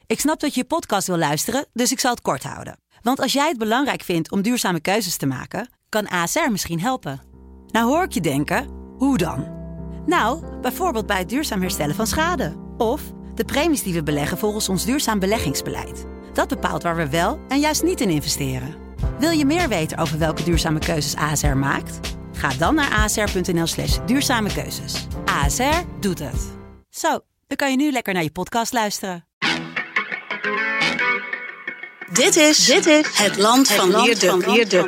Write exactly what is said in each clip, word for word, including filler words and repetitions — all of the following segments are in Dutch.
Ik snap dat je je podcast wil luisteren, dus ik zal het kort houden. Want als jij het belangrijk vindt om duurzame keuzes te maken, kan A S R misschien helpen. Nou hoor ik je denken, hoe dan? Nou, bijvoorbeeld bij het duurzaam herstellen van schade. Of de premies die we beleggen volgens ons duurzaam beleggingsbeleid. Dat bepaalt waar we wel en juist niet in investeren. Wil je meer weten over welke duurzame keuzes A S R maakt? Ga dan naar asr.nl slash duurzame keuzes. A S R doet het. Zo, dan kan je nu lekker naar je podcast luisteren. Dit is, Dit is het land van Wierduk.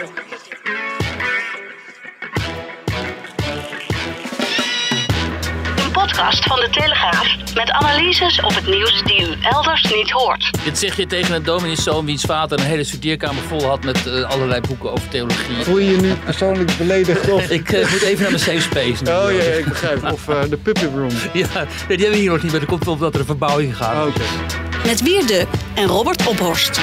Een podcast van de Telegraaf met analyses op het nieuws die u elders niet hoort. Dit zeg je tegen een domineeszoon wiens vader een hele studeerkamer vol had met uh, allerlei boeken over theologie. Voel je je nu persoonlijk beledigd? Of? ik uh, moet even naar mijn safe space. Nu. Oh ja, ja, ik begrijp. Of uh, de puppet room. Ja, nee, die hebben we hier nog niet, maar er komt wel omdat er een verbouwing gaat. Oh, okay. Met Wierduk en Robert Ophorst.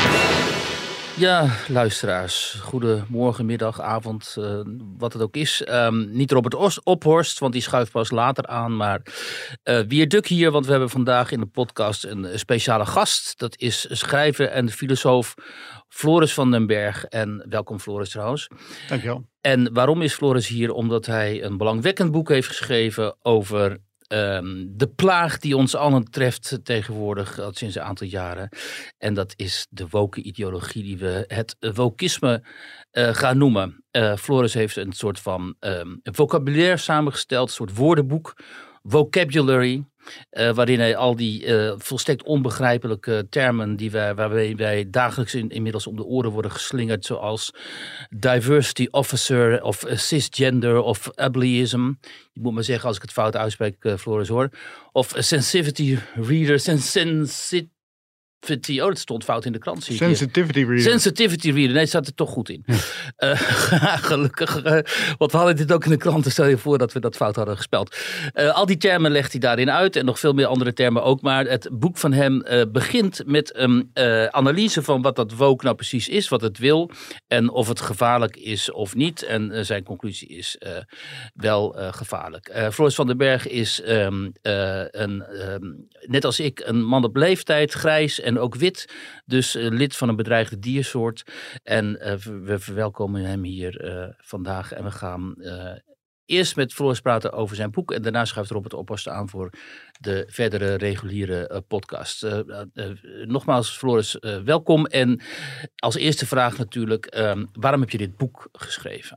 Ja, luisteraars. Goedemorgen, middag, avond, uh, wat het ook is. Um, niet Robert Ophorst, want die schuift pas later aan. Maar uh, Wierduk hier, want we hebben vandaag in de podcast een speciale gast. Dat is schrijver en filosoof Floris van den Berg. En welkom Floris trouwens. Dankjewel. En waarom is Floris hier? Omdat hij een belangwekkend boek heeft geschreven over Um, de plaag die ons allen treft tegenwoordig al sinds een aantal jaren. En dat is de woke ideologie die we het wokisme uh, gaan noemen. Uh, Floris heeft een soort van um, een vocabulaire samengesteld, een soort woordenboek, vocabulary. Uh, waarin hij al die uh, volstrekt onbegrijpelijke termen die wij, waarbij wij dagelijks in, inmiddels om de oren worden geslingerd, zoals diversity officer of uh, cisgender of ableism. Je moet maar zeggen als ik het fout uitspreek, uh, Floris hoor. Of uh, sensitivity reader, sens sensitivity. Oh, dat stond fout in de krant. Zie Sensitivity reader. Sensitivity reader. Nee, staat er toch goed in. Ja. Uh, gelukkig. Uh, want we hadden dit ook in de krant. Stel je voor dat we dat fout hadden gespeld. Uh, al die termen legt hij daarin uit. En nog veel meer andere termen ook. Maar het boek van hem uh, begint met een uh, analyse van wat dat woke nou precies is. Wat het wil. En of het gevaarlijk is of niet. En uh, zijn conclusie is uh, wel uh, gevaarlijk. Uh, Floris van den Berg is um, uh, een, um, net als ik een man op leeftijd. Grijs en ook wit, dus uh, lid van een bedreigde diersoort. En uh, we verwelkomen hem hier uh, vandaag. En we gaan uh, eerst met Floris praten over zijn boek. En daarna schuift Robert Ophorst aan voor de verdere reguliere uh, podcast. Uh, uh, uh, nogmaals, Floris, uh, welkom. En als eerste vraag natuurlijk, um, waarom heb je dit boek geschreven?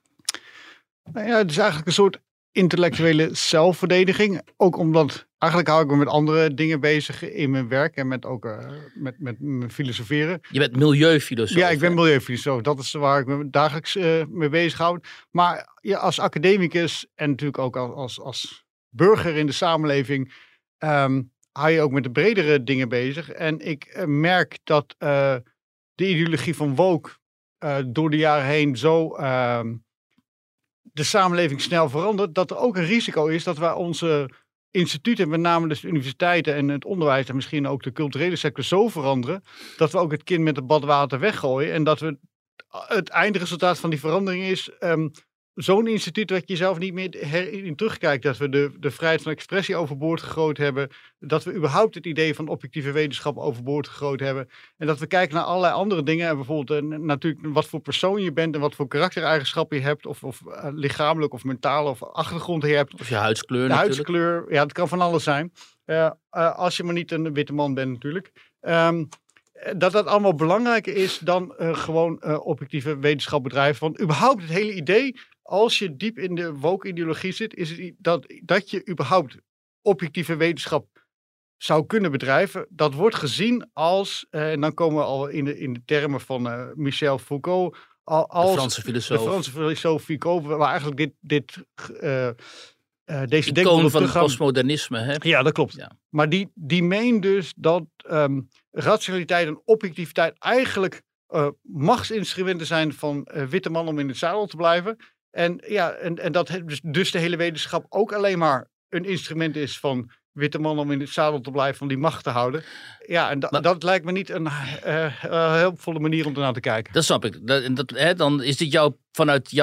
Nou ja, het is eigenlijk een soort intellectuele zelfverdediging. Ook omdat, eigenlijk hou ik me met andere dingen bezig in mijn werk en met ook uh, met, met mijn filosoferen. Je bent milieufilosoof. Ja, ik ben milieufilosoof. Dat is waar ik me dagelijks uh, mee bezighoud. Maar ja, als academicus en natuurlijk ook als, als burger in de samenleving um, hou je ook met de bredere dingen bezig. En ik uh, merk dat uh, de ideologie van woke uh, door de jaren heen zo Uh, de samenleving snel verandert, dat er ook een risico is dat wij onze instituten, met name dus de universiteiten en het onderwijs en misschien ook de culturele sector zo veranderen, dat we ook het kind met het badwater weggooien en dat we het eindresultaat van die verandering is um, zo'n instituut dat je zelf niet meer in terugkijkt, dat we de, de vrijheid van expressie overboord gegooid hebben, dat we überhaupt het idee van objectieve wetenschap overboord gegooid hebben en dat we kijken naar allerlei andere dingen en bijvoorbeeld uh, natuurlijk wat voor persoon je bent en wat voor karaktereigenschappen je hebt of, of uh, lichamelijk of mentaal of achtergrond je hebt. Of je huidskleur de natuurlijk. huidskleur, ja, het kan van alles zijn. Uh, uh, als je maar niet een witte man bent natuurlijk. Um, dat dat allemaal belangrijker is dan uh, gewoon uh, objectieve wetenschap bedrijven. Want überhaupt het hele idee, als je diep in de woke-ideologie zit, is het dat, dat je überhaupt objectieve wetenschap zou kunnen bedrijven. Dat wordt gezien als, uh, en dan komen we al in de, in de termen van uh, Michel Foucault, als de Franse filosoof. De Franse filosoof Foucault, waar eigenlijk dit, dit uh, uh, deze icoon van het gaan... postmodernisme. Hè? Ja, dat klopt. Ja. Maar die, die meent dus dat um, rationaliteit en objectiviteit eigenlijk uh, machtsinstrumenten zijn van uh, witte mannen om in het zadel te blijven. En, ja, en, en dat dus, dus de hele wetenschap ook alleen maar een instrument is van witte mannen om in het zadel te blijven, om die macht te houden. Ja, en da, maar, dat lijkt me niet een uh, uh, hulpvolle manier om ernaar te kijken. Dat snap ik. Dat, dat, hè, dan is dit jouw, vanuit jouw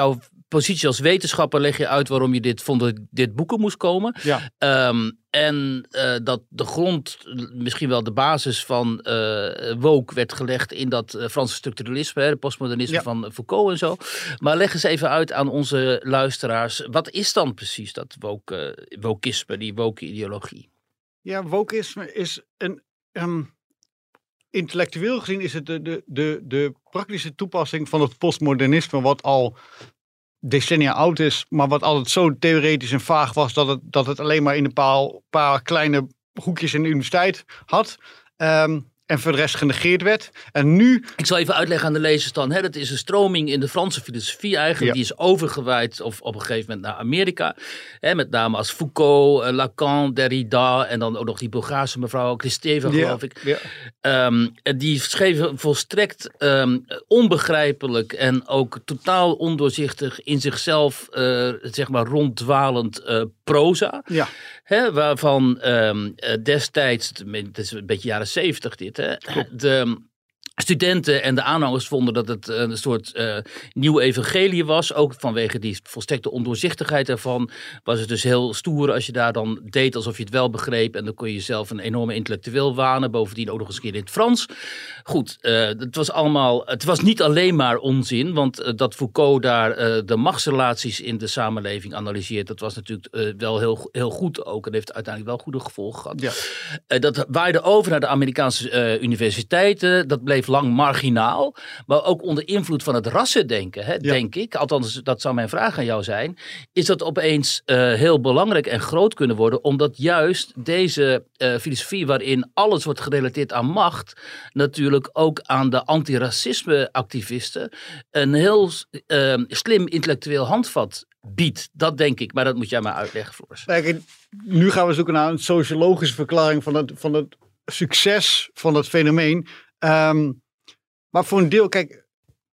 positie als wetenschapper leg je uit waarom je dit vond dat dit boeken moest komen. Ja. Um, en uh, dat de grond, misschien wel de basis van uh, woke werd gelegd in dat uh, Franse structuralisme, hè, de postmodernisme ja. van Foucault en zo. Maar leg eens even uit aan onze luisteraars, wat is dan precies dat woke, uh, wokisme, die woke ideologie? Ja, wokisme is een... Um... Intellectueel gezien is het de, de, de, de praktische toepassing van het postmodernisme, wat al decennia oud is, maar wat altijd zo theoretisch en vaag was dat het, dat het alleen maar in een paar, paar kleine hoekjes in de universiteit had. Um, en voor de rest genegeerd werd. En nu... Ik zal even uitleggen aan de lezers dan. Hè, dat is een stroming in de Franse filosofie eigenlijk. Ja. Die is overgewaaid of op een gegeven moment naar Amerika. Hè, met name als Foucault, Lacan, Derrida. En dan ook nog die Bulgaarse mevrouw Kristeva, ja. geloof ik. Ja. Um, die schreven volstrekt um, onbegrijpelijk en ook totaal ondoorzichtig in zichzelf uh, zeg maar ronddwalend uh, proza. Ja. Hè, waarvan um, destijds, het is een beetje jaren zeventig dit, hè, de studenten en de aanhangers vonden dat het een soort uh, nieuw evangelie was. Ook vanwege die volstrekte ondoorzichtigheid ervan. Was het dus heel stoer als je daar dan deed alsof je het wel begreep. En dan kon je jezelf een enorme intellectueel wanen. Bovendien ook nog eens een keer in het Frans. Goed, uh, het was allemaal, het was niet alleen maar onzin. Want uh, dat Foucault daar uh, de machtsrelaties in de samenleving analyseert. Dat was natuurlijk uh, wel heel, heel goed ook. En heeft uiteindelijk wel goede gevolgen gehad. Ja. Uh, dat waaide over naar de Amerikaanse uh, universiteiten. Dat bleef lang marginaal, maar ook onder invloed van het rassendenken, hè, ja. denk ik, althans dat zou mijn vraag aan jou zijn, is dat opeens uh, heel belangrijk en groot kunnen worden, omdat juist deze uh, filosofie waarin alles wordt gerelateerd aan macht, natuurlijk ook aan de antiracisme-activisten een heel uh, slim intellectueel handvat biedt. Dat denk ik, maar dat moet jij maar uitleggen, Floris. Kijk, nu gaan we zoeken naar een sociologische verklaring van het, van het succes van het fenomeen. Um, maar voor een deel, kijk,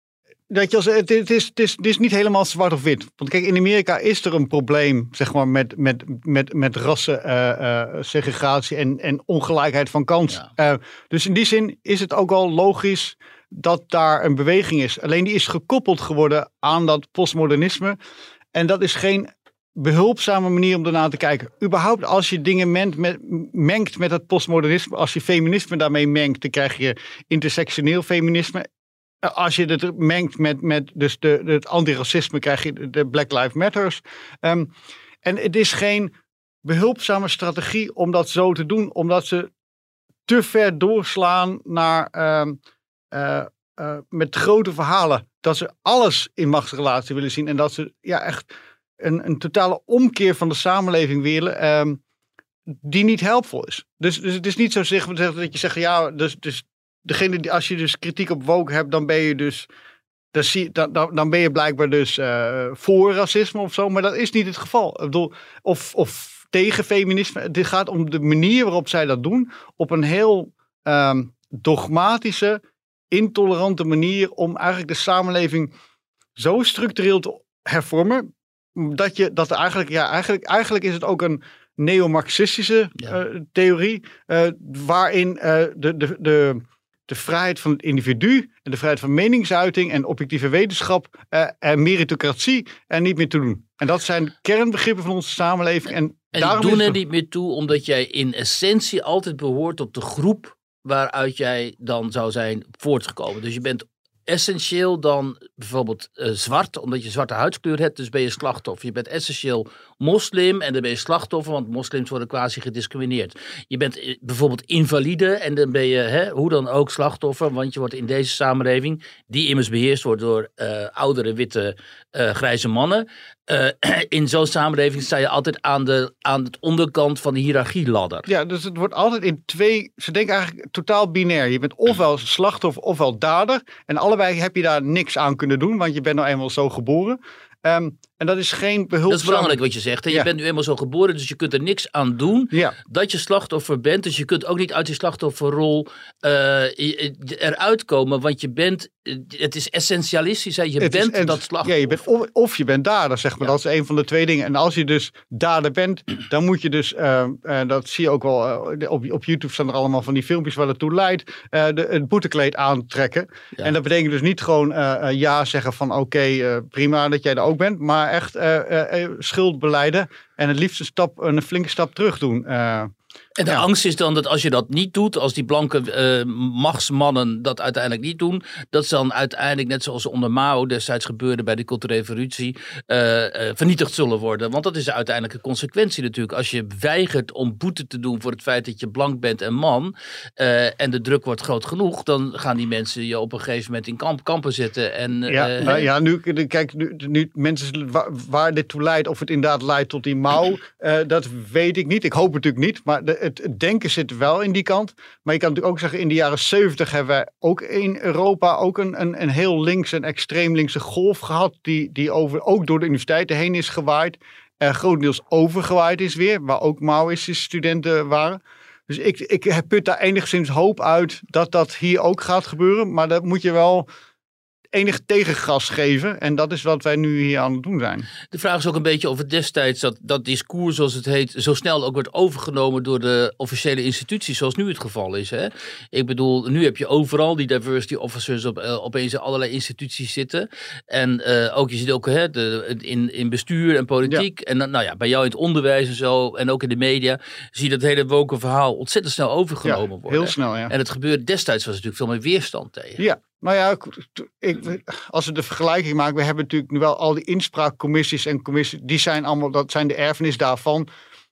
dat je als, het, het, is, het, is, het is niet helemaal zwart of wit. Want kijk, in Amerika is er een probleem, zeg maar, met, met, met, met rassen, uh, uh, segregatie en, en ongelijkheid van kans. Ja. Uh, dus in die zin is het ook al logisch dat daar een beweging is. Alleen die is gekoppeld geworden aan dat postmodernisme. En dat is geen behulpzame manier om ernaar te kijken. Überhaupt als je dingen mengt met, mengt met het postmodernisme, als je feminisme daarmee mengt, dan krijg je intersectioneel feminisme. Als je het mengt met, met dus de, de, het antiracisme, krijg je de Black Lives Matters. Um, en het is geen behulpzame strategie om dat zo te doen, omdat ze te ver doorslaan naar um, uh, uh, met grote verhalen. Dat ze alles in machtsrelatie willen zien en dat ze ja echt Een, een totale omkeer van de samenleving willen, um, die niet helpvol is. Dus, dus het is niet zo zeg, dat je zegt, ja, dus, dus degene die, als je dus kritiek op woke hebt, dan ben je dus, dan, zie, dan, dan ben je blijkbaar dus uh, voor racisme of zo, maar dat is niet het geval. Ik bedoel, of, of tegen feminisme. Het gaat om de manier waarop zij dat doen, op een heel um, dogmatische, intolerante manier om eigenlijk de samenleving zo structureel te hervormen, Dat je dat eigenlijk, ja, eigenlijk, eigenlijk is het ook een neo-marxistische ja. uh, theorie, uh, waarin uh, de, de, de, de vrijheid van het individu en de vrijheid van meningsuiting en objectieve wetenschap uh, en meritocratie er niet meer toe doen. En dat zijn kernbegrippen van onze samenleving. En, en daarom die doen er het... niet meer toe, omdat jij in essentie altijd behoort tot de groep waaruit jij dan zou zijn voortgekomen. Dus je bent essentieel dan bijvoorbeeld uh, zwart, omdat je zwarte huidskleur hebt, dus ben je slachtoffer. Je bent essentieel moslim en dan ben je slachtoffer, want moslims worden quasi gediscrimineerd. Je bent uh, bijvoorbeeld invalide en dan ben je, hè, hoe dan ook, slachtoffer, want je wordt in deze samenleving, die immers beheerst wordt door uh, oudere, witte, uh, grijze mannen, uh, in zo'n samenleving sta je altijd aan de, aan de onderkant van de hiërarchieladder. Ja, dus het wordt altijd in twee, ze denken eigenlijk totaal binair. Je bent ofwel slachtoffer ofwel dader en allebei heb je daar niks aan kunnen doen, want je bent nou eenmaal zo geboren. Um, En dat is geen behulpzaam... Dat is belangrijk wat je zegt. Hè? Je ja. bent nu eenmaal zo geboren, dus je kunt er niks aan doen ja. dat je slachtoffer bent. Dus je kunt ook niet uit die slachtofferrol uh, eruit komen, want je bent... Het is essentialistisch, hè? Je het bent is, dat slachtoffer. Ja, je bent, of, of je bent dader, zeg maar. Ja. Dat is een van de twee dingen. En als je dus dader bent, dan moet je dus... Uh, uh, dat zie je ook wel... Uh, op, op YouTube staan er allemaal van die filmpjes waar het toe leidt. Uh, de, het boetekleed aantrekken. Ja. En dat betekent dus niet gewoon uh, uh, ja zeggen van... Oké, okay, uh, prima dat jij er ook bent. Maar echt uh, uh, uh, schuld belijden. En het liefst een, stap, een flinke stap terug doen. Uh, En de ja. angst is dan dat als je dat niet doet, als die blanke uh, machtsmannen dat uiteindelijk niet doen, dat ze dan uiteindelijk, net zoals onder Mao destijds gebeurde bij de culturele revolutie, uh, uh, vernietigd zullen worden. Want dat is de uiteindelijke consequentie natuurlijk. Als je weigert om boete te doen voor het feit dat je blank bent en man, uh, en de druk wordt groot genoeg, dan gaan die mensen je op een gegeven moment in kamp, kampen zetten. En, uh, ja, nou, ja, nu, kijk, nu, nu mensen waar, waar dit toe leidt, of het inderdaad leidt tot die Mao, uh, dat weet ik niet. Ik hoop het natuurlijk niet, maar de, Het, het denken zit wel in die kant. Maar je kan natuurlijk ook zeggen, in de jaren zeventig hebben wij ook in Europa ook een, een, een heel links en extreem linkse golf gehad. Die, die over, ook door de universiteiten heen is gewaaid. Uh, grotendeels overgewaaid is weer. Waar ook Maoïstische studenten waren. Dus ik, ik put daar enigszins hoop uit dat dat hier ook gaat gebeuren. Maar dat moet je wel... enig tegengas geven. En dat is wat wij nu hier aan het doen zijn. De vraag is ook een beetje of het destijds dat, dat discours, zoals het heet, zo snel ook wordt overgenomen door de officiële instituties, zoals nu het geval is. Hè? Ik bedoel, nu heb je overal die diversity officers op, uh, opeens in allerlei instituties zitten. En uh, ook, je ziet ook hè, de, in, in bestuur en politiek. Ja. En nou ja, bij jou in het onderwijs en zo, en ook in de media, zie je dat hele woke verhaal ontzettend snel overgenomen ja, worden. Heel snel, ja. En het gebeurde destijds was natuurlijk veel meer weerstand tegen. Ja. Nou ja, ik, als we de vergelijking maken, we hebben natuurlijk nu wel al die inspraakcommissies en commissies, die zijn allemaal, dat zijn de erfenis daarvan.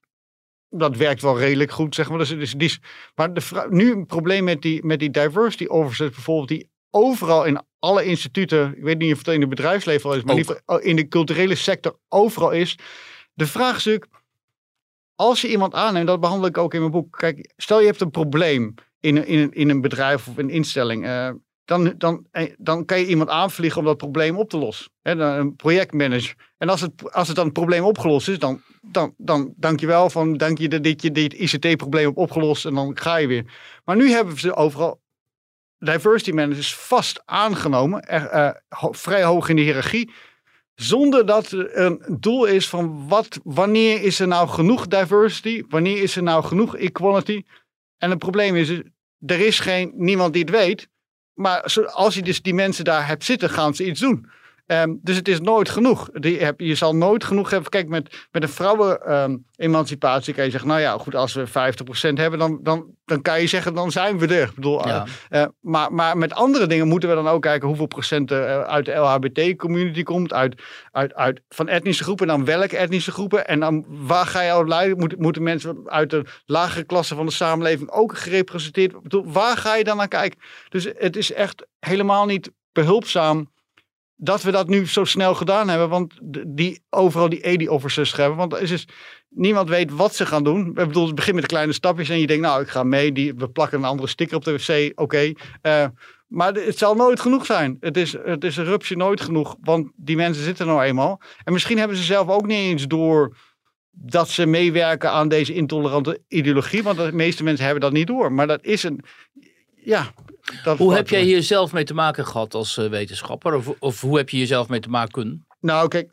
Dat werkt wel redelijk goed, zeg maar. Dus, dus die, maar de, nu een probleem met die, met die diversity officers bijvoorbeeld, die overal in alle instituten, ik weet niet of het in het bedrijfsleven al is, maar ook in de culturele sector overal is. De vraag is natuurlijk, als je iemand aanneemt, dat behandel ik ook in mijn boek. Kijk, stel je hebt een probleem in, in, in een bedrijf of een instelling. Uh, Dan, dan, dan kan je iemand aanvliegen om dat probleem op te lossen. He, een projectmanager. En als het, als het dan het probleem opgelost is, dan, dan, dan dank je wel van, dank je dat je dit I C T-probleem hebt opgelost en dan ga je weer. Maar nu hebben ze overal diversity managers vast aangenomen, er, uh, ho, vrij hoog in de hiërarchie, zonder dat er een doel is van wat, wanneer is er nou genoeg diversity, wanneer is er nou genoeg equality. En het probleem is, er is geen, niemand die het weet. Maar als je dus die mensen daar hebt zitten, gaan ze iets doen. Um, dus het is nooit genoeg. Die heb, je zal nooit genoeg hebben. Kijk, met, met een vrouwen-emancipatie um, kan je zeggen, nou ja, goed, als we vijftig procent hebben, dan, dan, dan kan je zeggen, dan zijn we er. Ik bedoel, ja. uh, uh, maar, maar met andere dingen moeten we dan ook kijken hoeveel procent uh, uit de L H B T-community komt, uit, uit, uit, van etnische groepen, en dan welke etnische groepen. En dan waar ga je al leiden? Moet, moeten mensen uit de lagere klasse van de samenleving ook gerepresenteerd? Ik bedoel, waar ga je dan naar kijken? Dus het is echt helemaal niet behulpzaam dat we dat nu zo snel gedaan hebben, want die overal die A D officers hebben, want er is dus, niemand weet wat ze gaan doen. Ik bedoel, het begint met de kleine stapjes en je denkt, nou, ik ga mee, die, we plakken een andere sticker op de wc, oké. Okay. Uh, maar het zal nooit genoeg zijn. Het is, het is een rupsje nooit genoeg, want die mensen zitten nou eenmaal. En misschien hebben ze zelf ook niet eens door dat ze meewerken aan deze intolerante ideologie, want de meeste mensen hebben dat niet door. Maar dat is een, ja... Dat hoe heb jij hier zelf mee te maken gehad als uh, wetenschapper? Of, of hoe heb je hier zelf mee te maken kunnen? Nou, kijk,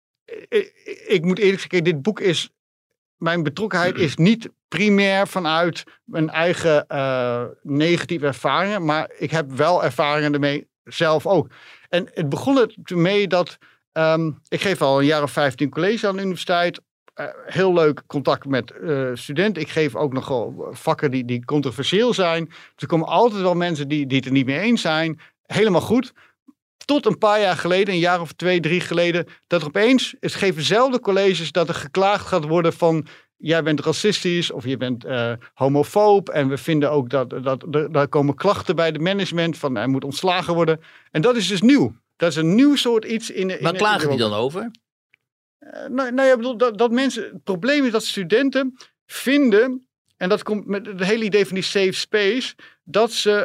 ik, ik moet eerlijk zeggen, dit boek is, mijn betrokkenheid is niet primair vanuit mijn eigen uh, negatieve ervaringen, maar ik heb wel ervaringen ermee zelf ook. En het begon ermee dat, um, ik geef al een jaar of vijftien college aan de universiteit. Uh, heel leuk contact met uh, studenten. Ik geef ook nogal vakken die, die controversieel zijn. Dus er komen altijd wel mensen die, die het er niet mee eens zijn. Helemaal goed. Tot een paar jaar geleden, een jaar of twee, drie geleden, dat er opeens, het geven zelden colleges dat er geklaagd gaat worden van, jij bent racistisch of je bent uh, homofoob. En we vinden ook dat, dat, dat daar komen klachten bij de management van hij moet ontslagen worden. En dat is dus nieuw. Dat is een nieuw soort iets in de. Waar klagen die dan over? Uh, nou, nou ja, bedoel, dat, dat mensen, het probleem is dat studenten vinden, en dat komt met het hele idee van die safe space, dat ze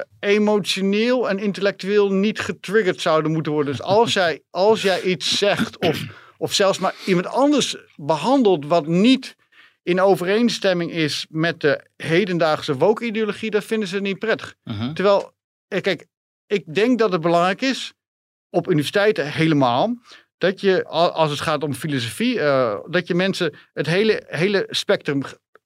emotioneel en intellectueel niet getriggerd zouden moeten worden. Dus als jij, als jij iets zegt of, of zelfs maar iemand anders behandelt wat niet in overeenstemming is met de hedendaagse woke-ideologie, dat vinden ze niet prettig. Uh-huh. Terwijl, kijk, ik denk dat het belangrijk is, op universiteiten helemaal, dat je, als het gaat om filosofie, uh, dat je mensen het hele, hele spectrum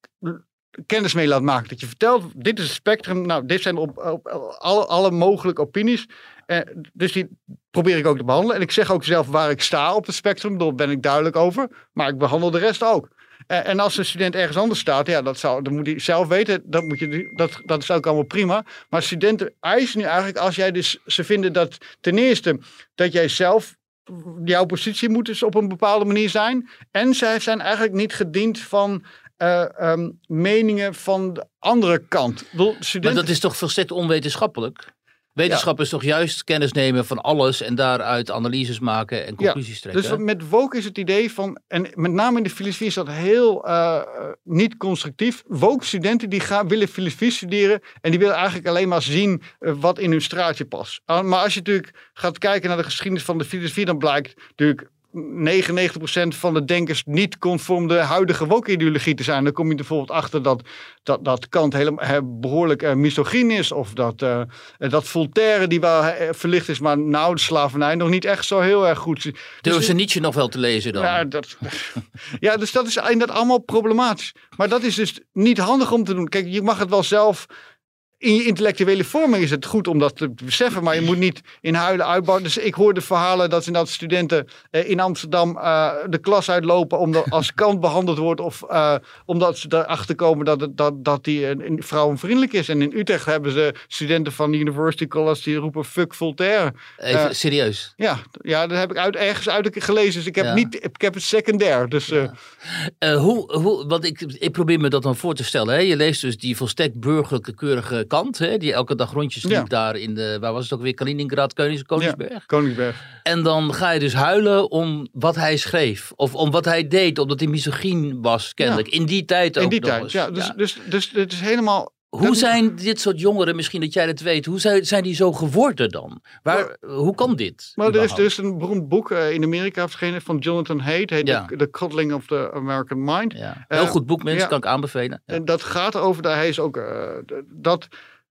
kennis mee laat maken. Dat je vertelt, dit is het spectrum, nou, dit zijn op, op, op alle, alle mogelijke opinies. Uh, dus die probeer ik ook te behandelen. En ik zeg ook zelf waar ik sta op het spectrum, daar ben ik duidelijk over. Maar ik behandel de rest ook. Uh, en als een student ergens anders staat, ja, dat, zou, dat moet hij zelf weten. Dat, moet je, dat, dat is ook allemaal prima. Maar studenten eisen nu eigenlijk, als jij dus, ze vinden dat ten eerste, dat jij zelf, jouw positie moet dus op een bepaalde manier zijn. En zij zijn eigenlijk niet gediend van Uh, um, meningen van de andere kant. Bedoel, studenten... Maar dat is toch volstrekt onwetenschappelijk? Wetenschap ja. is toch juist kennis nemen van alles en daaruit analyses maken en conclusies ja, trekken? Dus met woke is het idee van, en met name in de filosofie is dat heel uh, niet constructief. Woke studenten die gaan, willen filosofie studeren en die willen eigenlijk alleen maar zien uh, wat in hun straatje past. Uh, maar als je natuurlijk gaat kijken naar de geschiedenis van de filosofie, dan blijkt natuurlijk negenennegentig procent van de denkers niet conform de huidige woke-ideologie te zijn. Dan kom je er bijvoorbeeld achter dat, dat, dat Kant helemaal he, behoorlijk uh, misogyn is. Of dat, uh, dat Voltaire, die wel uh, verlicht is, maar nou de slavernij nog niet echt zo heel erg goed. Durven dus, ze Nietzsche nog wel te lezen dan? Ja, dat, ja, dus dat is inderdaad allemaal problematisch. Maar dat is dus niet handig om te doen. Kijk, je mag het wel zelf. In je intellectuele vorming is het goed om dat te beseffen, maar je moet niet in huilen uitbouwen. Dus ik hoorde verhalen dat inderdaad studenten uh, in Amsterdam uh, de klas uitlopen omdat als Kant behandeld wordt of uh, omdat ze erachter komen dat, het, dat, dat die uh, vrouwenvriendelijk is. En in Utrecht hebben ze studenten van de University College die roepen fuck Voltaire. Even uh, serieus? Ja, ja, dat heb ik uit, ergens uit gelezen. Dus ik heb, ja. niet, ik heb het secundair. Dus, uh, ja. uh, hoe, hoe, want ik, ik probeer me dat dan voor te stellen. Hè? Je leest dus die volstrekt burgerlijke, keurige Kant, hè, die elke dag rondjes liep ja. daar in de, waar was het ook weer, Kaliningrad, Koningsberg. Ja, Koningsberg. En dan ga je dus huilen om wat hij schreef, of om wat hij deed, omdat hij misogyn was, kennelijk. Ja. In die tijd ook In die nog tijd, eens. ja. Dus, ja. Dus, dus, dus het is helemaal... Hoe zijn dit soort jongeren, misschien dat jij dat weet, hoe zijn, zijn die zo geworden dan? Waar, maar, hoe kan dit? Maar er is, er is een beroemd boek uh, in Amerika verschenen van Jonathan Haidt, heet ja. The, The Coddling of the American Mind. Ja. Heel uh, goed boek, mensen, ja. kan ik aanbevelen. Ja. En dat gaat over, dat hij is ook, uh, dat,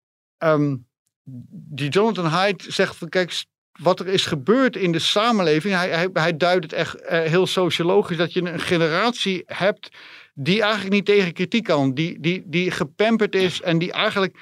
um, die Jonathan Haidt zegt van, kijk, wat er is gebeurd in de samenleving, hij, hij, hij duidt het echt uh, heel sociologisch, dat je een generatie hebt die eigenlijk niet tegen kritiek kan. Die, die, die gepamperd is en die eigenlijk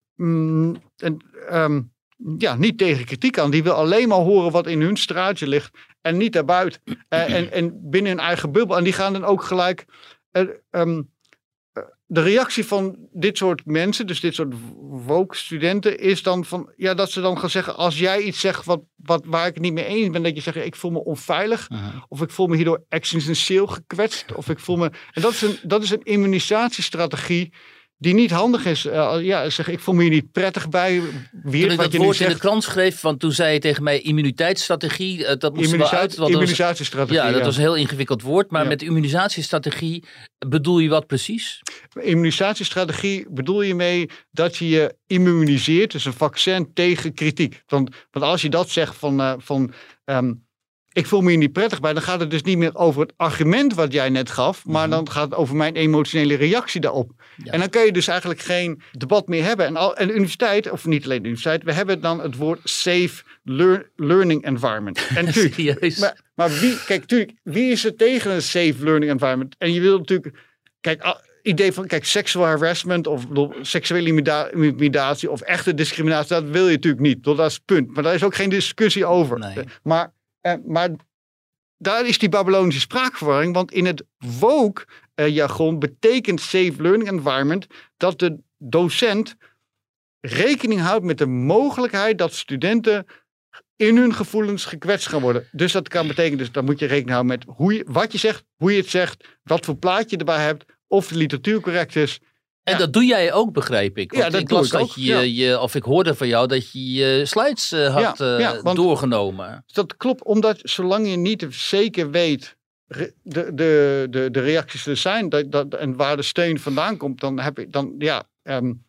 mm, en, um, ja, niet tegen kritiek kan. Die wil alleen maar horen wat in hun straatje ligt en niet daarbuiten. Uh, en, en binnen hun eigen bubbel. En die gaan dan ook gelijk... Uh, um, de reactie van dit soort mensen, dus dit soort woke studenten, is dan van, ja, dat ze dan gaan zeggen, als jij iets zegt wat, wat, waar ik het niet mee eens ben, dat je zegt, ik voel me onveilig, uh-huh. of ik voel me hierdoor existentieel gekwetst, of ik voel me... En dat is een, dat is een immunisatiestrategie die niet handig is. Uh, ja, zeg, ik voel me hier niet prettig bij. Weer, toen ik wat dat je woord zegt, in de krant schreef, want toen zei je tegen mij immuniteitsstrategie, uh, dat moest Immunisatie, wel uit. Want immunisatiestrategie, ja, dat ja. was een heel ingewikkeld woord, maar ja. met immunisatiestrategie bedoel je wat precies? Immunisatiestrategie bedoel je mee dat je je immuniseert, dus een vaccin tegen kritiek. Want, want als je dat zegt van... Uh, van um, ik voel me hier niet prettig bij, dan gaat het dus niet meer over het argument wat jij net gaf, maar mm-hmm. dan gaat het over mijn emotionele reactie daarop. Ja. En dan kun je dus eigenlijk geen debat meer hebben. En, al, en de universiteit, of niet alleen de universiteit, we hebben dan het woord safe lear, learning environment. En tuurlijk, maar, maar wie, kijk, tuurlijk, wie is er tegen een safe learning environment? En je wil natuurlijk, kijk, idee van, kijk, sexual harassment of bedoel, seksuele intimidatie of echte discriminatie, dat wil je natuurlijk niet. Bedoel, dat is het punt. Maar daar is ook geen discussie over. Nee. Maar Uh, maar daar is die Babylonische spraakverwarring, want in het woke uh, jargon betekent safe learning environment dat de docent rekening houdt met de mogelijkheid dat studenten in hun gevoelens gekwetst gaan worden. Dus dat kan betekenen, dus dan moet je rekening houden met hoe je, wat je zegt, hoe je het zegt, wat voor plaatje je erbij hebt, of de literatuur correct is. En ja. dat doe jij ook, begrijp ik. Want ja, dat ik las doe ik dat ook. je, Ja. je, of ik hoorde van jou dat je je slides uh, had ja, ja, uh, doorgenomen. Dat klopt, omdat zolang je niet zeker weet de, de, de, de reacties er zijn dat, dat, en waar de steun vandaan komt, dan heb ik dan, ja, um,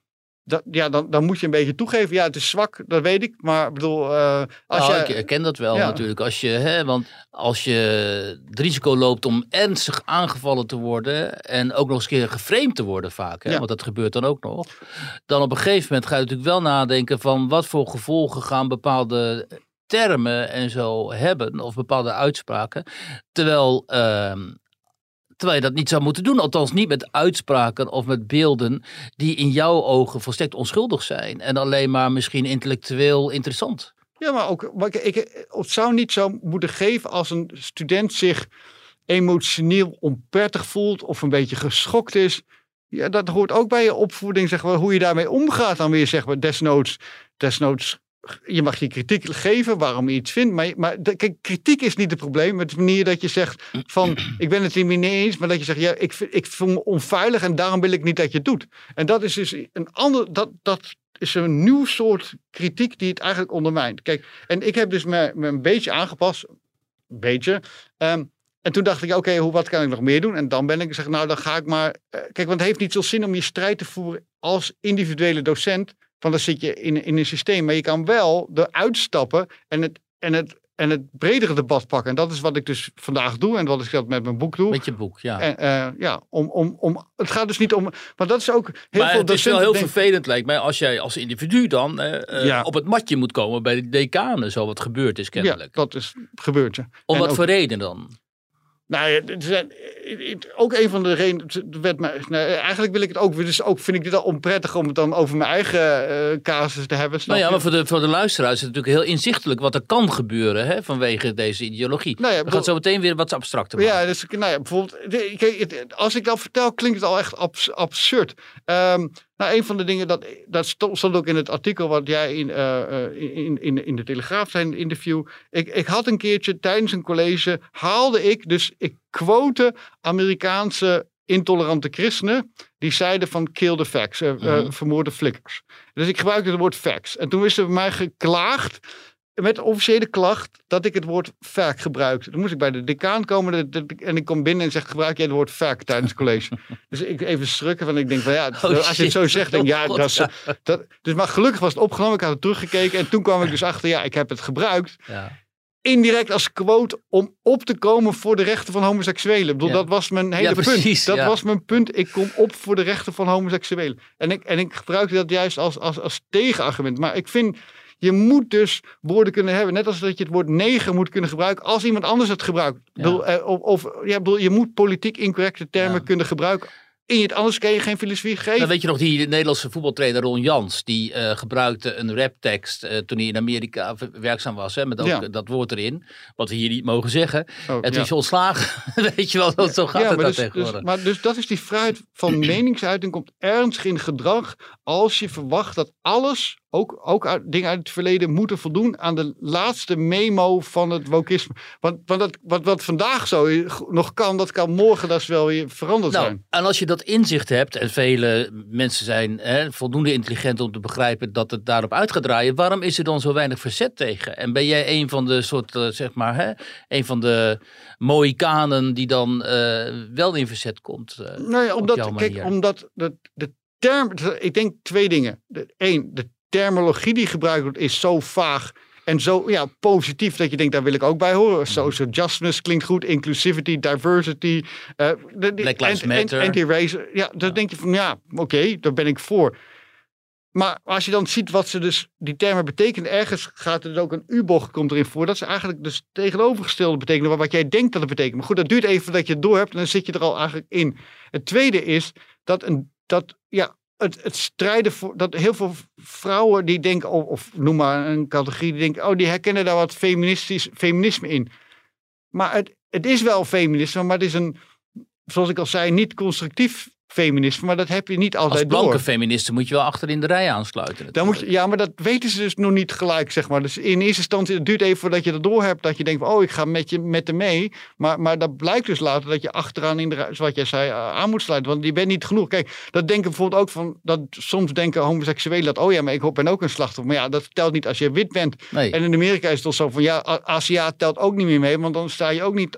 dat, ja, dan, dan moet je een beetje toegeven. Ja, het is zwak, dat weet ik. Maar ik bedoel, uh, als nou, je... Ik herken dat wel ja. natuurlijk. Als je, hè, want als je het risico loopt om ernstig aangevallen te worden en ook nog eens een keer geframed te worden vaak, hè, ja. want dat gebeurt dan ook nog. Dan op een gegeven moment ga je natuurlijk wel nadenken van wat voor gevolgen gaan bepaalde termen en zo hebben, of bepaalde uitspraken. Terwijl... Uh, Terwijl je dat niet zou moeten doen. Althans niet met uitspraken of met beelden die in jouw ogen volstrekt onschuldig zijn. En alleen maar misschien intellectueel interessant. Ja, maar ook, maar ik, ik, het zou niet zo moeten geven als een student zich emotioneel onprettig voelt of een beetje geschokt is. Ja, dat hoort ook bij je opvoeding, zeg maar, hoe je daarmee omgaat dan weer, zeg maar, desnoods, desnoods. Je mag je kritiek geven waarom je iets vindt. Maar, maar de, kijk, kritiek is niet het probleem. Het is de manier dat je zegt van ik ben het er niet mee eens. Maar dat je zegt ja, ik, ik voel me onveilig en daarom wil ik niet dat je het doet. En dat is dus een ander. Dat, dat is een nieuw soort kritiek die het eigenlijk ondermijnt. Kijk, en ik heb dus me, me een beetje aangepast. Een beetje. Um, en toen dacht ik, oké, okay, wat kan ik nog meer doen? En dan ben ik gezegd, nou dan ga ik maar. Uh, kijk, want het heeft niet zo zin om je strijd te voeren als individuele docent. Van dan zit je in, in een systeem. Maar je kan wel eruit stappen en het, en, het, en het bredere debat pakken. En dat is wat ik dus vandaag doe. En wat ik dat met mijn boek doe. Met je boek, ja. En, uh, ja om, om, om, het gaat dus niet om... Maar dat is ook heel maar veel het is wel heel denk, vervelend, lijkt mij. Als jij als individu dan uh, ja. op het matje moet komen bij de decanen. Zo wat gebeurd is kennelijk. Ja, dat is gebeurd. Ja. Om en wat ook, voor reden dan? Nou ja, het zijn, ook een van de redenen. Werd mij, nou, eigenlijk wil ik het ook. Dus ook vind ik dit al onprettig om het dan over mijn eigen uh, casus te hebben. Nou ja, je? maar voor de, voor de luisteraars is het natuurlijk heel inzichtelijk wat er kan gebeuren hè, vanwege deze ideologie. Nou ja, we gaan zo meteen weer wat abstracter maken. Ja, dus, nou ja, bijvoorbeeld, kijk, als ik dat vertel, klinkt het al echt abs, absurd. Um, Nou, een van de dingen, dat, dat stond ook in het artikel wat jij in, uh, in, in, in de Telegraaf zei in het interview. Ik, ik had een keertje tijdens een college, haalde ik, dus ik quote Amerikaanse intolerante christenen. Die zeiden van kill the facts, uh, mm-hmm. uh, vermoorde flikkers. Dus ik gebruikte het woord facts. En toen is er bij mij geklaagd. Met de officiële klacht dat ik het woord fact gebruikte. Dan moest ik bij de decaan komen en ik kom binnen en zeg gebruik jij het woord fact tijdens het college. Dus ik even schrikken van ik denk van ja, oh, als shit. je het zo zegt, denk ik ja, dat is, dat, dus maar gelukkig was het opgenomen. Ik had het teruggekeken en toen kwam ik dus achter ja, ik heb het gebruikt. Ja. Indirect als quote om op te komen voor de rechten van homoseksuelen. Ik bedoel, ja. dat was mijn hele ja, precies, punt. Dat ja. was mijn punt. Ik kom op voor de rechten van homoseksuelen. En ik, en ik gebruikte dat juist als, als, als tegenargument. Maar ik vind... Je moet dus woorden kunnen hebben. Net als dat je het woord neger moet kunnen gebruiken. Als iemand anders het gebruikt. Ja. Bedoel, of, of, ja, bedoel, je moet politiek incorrecte termen ja. kunnen gebruiken. In het, anders kan je geen filosofie geven. Dan weet je nog die Nederlandse voetbaltrainer Ron Jans. Die uh, gebruikte een raptekst uh, toen hij in Amerika werkzaam was. Hè, met ook ja. dat woord erin. Wat we hier niet mogen zeggen. Oh, en toen ja. is je ontslagen. Weet je wel, dat zo gaat ja, het dus, tegenwoordig. Dus, maar dus dat is die vrijheid van meningsuiting. Komt ernstig in gedrag. Als je verwacht dat alles... Ook, ook uit, dingen uit het verleden moeten voldoen aan de laatste memo van het wokisme. Want, want dat, wat, wat vandaag zo nog kan, dat kan morgen dat is wel weer veranderd nou, zijn. En als je dat inzicht hebt, en vele mensen zijn hè, voldoende intelligent om te begrijpen dat het daarop uit gaat draaien, waarom is er dan zo weinig verzet tegen? En ben jij een van de soort, uh, zeg maar, hè, een van de Mohikanen die dan uh, wel in verzet komt? Uh, nou ja, omdat, kijk, omdat de, de term, ik denk twee dingen. Eén, de terminologie die gebruikt wordt is zo vaag en zo ja, positief dat je denkt, daar wil ik ook bij horen. Social justice klinkt goed, inclusivity, diversity, uh, de, de, Black Lives Matter. Anti-race. Ja, dan ja. denk je van ja, oké, okay, daar ben ik voor. Maar als je dan ziet wat ze dus, die termen betekenen, ergens gaat er ook een U-bocht komt erin voor, dat ze eigenlijk dus tegenovergestelde betekenen wat jij denkt dat het betekent. Maar goed, dat duurt even voordat je het door hebt en dan zit je er al eigenlijk in. Het tweede is dat een, dat, ja, Het, het strijden voor dat heel veel vrouwen die denken, of, of noem maar een categorie, die denken, oh, die herkennen daar wat feministisch, feminisme in. Maar het, het is wel feminisme, maar het is een, zoals ik al zei, niet constructief feminisme, maar dat heb je niet altijd door. Als blanke door. feministen moet je wel achter in de rij aansluiten. Dan moet je, ja, maar dat weten ze dus nog niet gelijk, zeg maar. Dus in eerste instantie, het duurt even voordat je dat door hebt, dat je denkt, oh, ik ga met je met de mee. Maar, maar dat blijkt dus later dat je achteraan in de rij, zoals jij zei, aan moet sluiten. Want je bent niet genoeg. Kijk, dat denken bijvoorbeeld ook van, dat soms denken homoseksuelen dat, oh ja, maar ik ben ook een slachtoffer. Maar ja, dat telt niet als je wit bent. Nee. En in Amerika is het toch zo van, ja, Aziat telt ook niet meer mee, want dan sta je ook niet...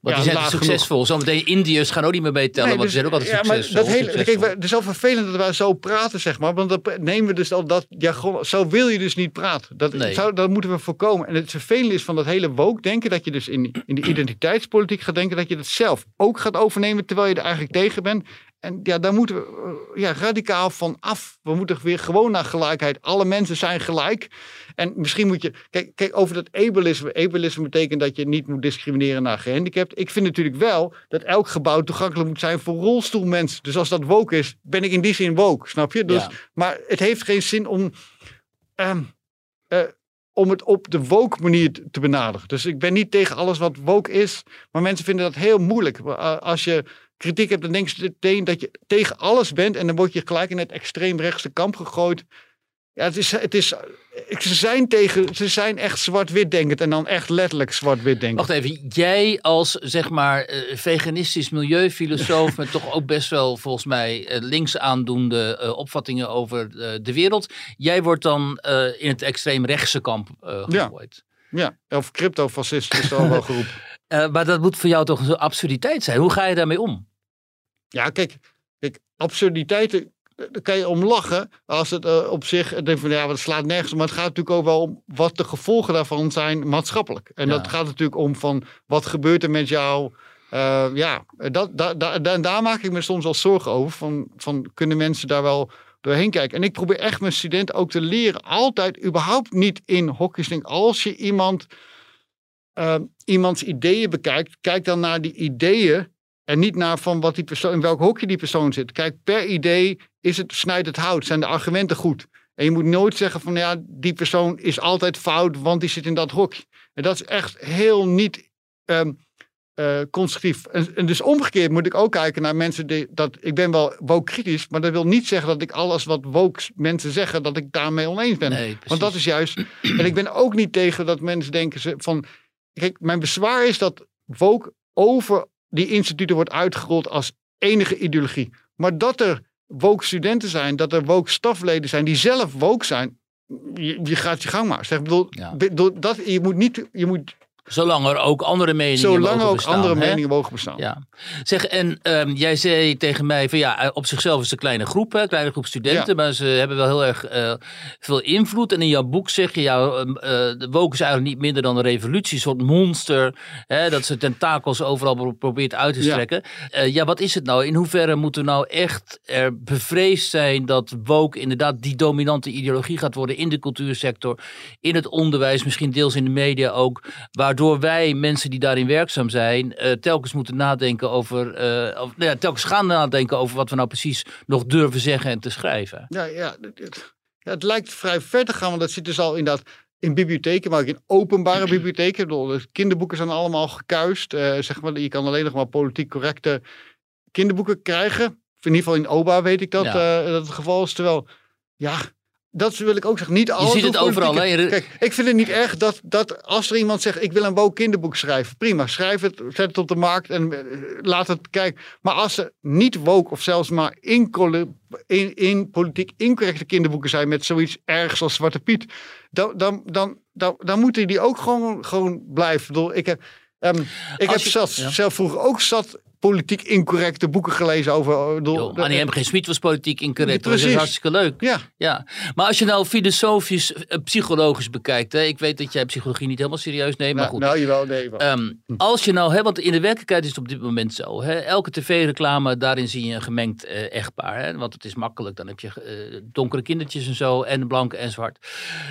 Want ja, die zijn succesvol. Zometeen Indiërs gaan ook niet meer meetellen, nee, want dus, die zijn ook altijd ja, succesvol. Maar dat hele, kijk, het is wel vervelend dat wij zo praten, zeg maar. Want dan nemen we dus al dat jargon. Zo wil je dus niet praten. Dat, nee. zou, dat moeten we voorkomen. En het vervelende is van dat hele woke denken, dat je dus in, in de identiteitspolitiek gaat denken, dat je dat zelf ook gaat overnemen, terwijl je er eigenlijk tegen bent. En ja, daar moeten we ja, radicaal van af. We moeten weer gewoon naar gelijkheid. Alle mensen zijn gelijk. En misschien moet je... Kijk, kijk over dat ableisme. Ableisme betekent dat je niet moet discrimineren naar gehandicapt. Ik vind natuurlijk wel dat elk gebouw toegankelijk moet zijn voor rolstoelmensen. Dus als dat woke is, ben ik in die zin woke. Snap je? Dus, ja. Maar het heeft geen zin om... Um, uh, om het op de woke manier te benaderen. Dus ik ben niet tegen alles wat woke is. Maar mensen vinden dat heel moeilijk. Als je kritiek hebt, dan denk je meteen dat je tegen alles bent. En dan word je gelijk in het extreemrechtse kamp gegooid. Ja, het is, het is, ze zijn tegen, ze zijn echt zwart-wit denkend. En dan echt letterlijk zwart-wit denkend. Wacht even, jij als zeg maar uh, veganistisch milieufilosoof met toch ook best wel volgens mij uh, links aandoende uh, opvattingen over uh, de wereld. Jij wordt dan uh, in het extreemrechtse kamp uh, gegooid. Ja. ja, of cryptofascist is al wel geroepen. Uh, maar dat moet voor jou toch een absurditeit zijn. Hoe ga je daarmee om? Ja, kijk, kijk absurditeiten... Daar kan je om lachen als het uh, op zich... Denk van, ja, het slaat nergens om. Maar het gaat natuurlijk ook wel om wat de gevolgen daarvan zijn maatschappelijk. En ja. dat gaat natuurlijk om van wat gebeurt er met jou. Uh, ja, dat, dat, dat, daar, daar maak ik me soms wel zorgen over. Van, van kunnen mensen daar wel doorheen kijken. En ik probeer echt mijn studenten ook te leren. Altijd überhaupt niet in hokjes. Denk, als je iemand, uh, iemands ideeën bekijkt, kijk dan naar die ideeën. En niet naar van wat die persoon, in welk hokje die persoon zit. Kijk, per idee is het, snijdt het hout. Zijn de argumenten goed? En je moet nooit zeggen van ja, die persoon is altijd fout, want die zit in dat hokje. En dat is echt heel niet um, uh, constructief. En, en dus omgekeerd moet ik ook kijken naar mensen die, dat ik ben wel woke kritisch, maar dat wil niet zeggen dat ik alles wat woke mensen zeggen, dat ik daarmee oneens ben. Nee, want dat is juist, en ik ben ook niet tegen dat mensen denken van, kijk, mijn bezwaar is dat woke over die instituten wordt uitgerold als enige ideologie. Maar dat er woke studenten zijn, dat er woke stafleden zijn die zelf woke zijn, je, je gaat je gang maar. Zeg, bedoel, ja. bedoel, dat, je moet niet, je moet... Zolang er ook andere meningen Zolang mogen ook bestaan. andere hè? meningen mogen bestaan. Ja. Zeg, en um, jij zei tegen mij van ja, op zichzelf is het een kleine groep, hè, kleine groep studenten, ja. maar ze hebben wel heel erg uh, veel invloed. En in jouw boek zeg je, ja, uh, de woke is eigenlijk niet minder dan een revolutie, een soort monster, hè, dat ze tentakels overal probeert uit te strekken. Ja. Uh, ja, wat is het nou? In hoeverre moeten we nou echt er bevreesd zijn dat woke inderdaad die dominante ideologie gaat worden in de cultuursector, in het onderwijs, misschien deels in de media ook, waar Waardoor wij, mensen die daarin werkzaam zijn, uh, telkens moeten nadenken over, uh, of, nou ja, telkens gaan nadenken over wat we nou precies nog durven zeggen en te schrijven. Ja, ja, het, ja het lijkt vrij ver te gaan, want dat zit dus al in dat in bibliotheken, maar ook in openbare bibliotheken. Ik bedoel, de kinderboeken zijn allemaal gekuist. Uh, zeg maar, je kan alleen nog maar politiek correcte kinderboeken krijgen. In ieder geval in O B A weet ik dat, ja. uh, dat het geval is. Terwijl, ja... Dat wil ik ook zeggen. Niet alles. Je ziet het overal. Hè? Kijk, ik vind het niet erg dat, dat als er iemand zegt, ik wil een woke kinderboek schrijven. Prima, schrijf het, zet het op de markt en uh, laat het kijken. Maar als er niet woke of zelfs maar in, in, in politiek incorrecte kinderboeken zijn met zoiets ergs als Zwarte Piet. Dan, dan, dan, dan, dan moeten die ook gewoon, gewoon blijven. Ik bedoel, ik heb, um, ik heb je, zat, ja. zelf vroeger ook zat politiek incorrecte boeken gelezen over... Yo, Annie M G. Smit was politiek incorrect. Dat is hartstikke leuk. Ja. Ja. Maar als je nou filosofisch, uh, psychologisch bekijkt... Hè, ik weet dat jij psychologie niet helemaal serieus neemt, maar goed. Nou, jawel, nee. Wel. Um, als je nou... Hè, want in de werkelijkheid is het op dit moment zo. Hè, elke tv-reclame, daarin zie je een gemengd uh, echtpaar. Hè, want het is makkelijk. Dan heb je uh, donkere kindertjes en zo. En blank en zwart.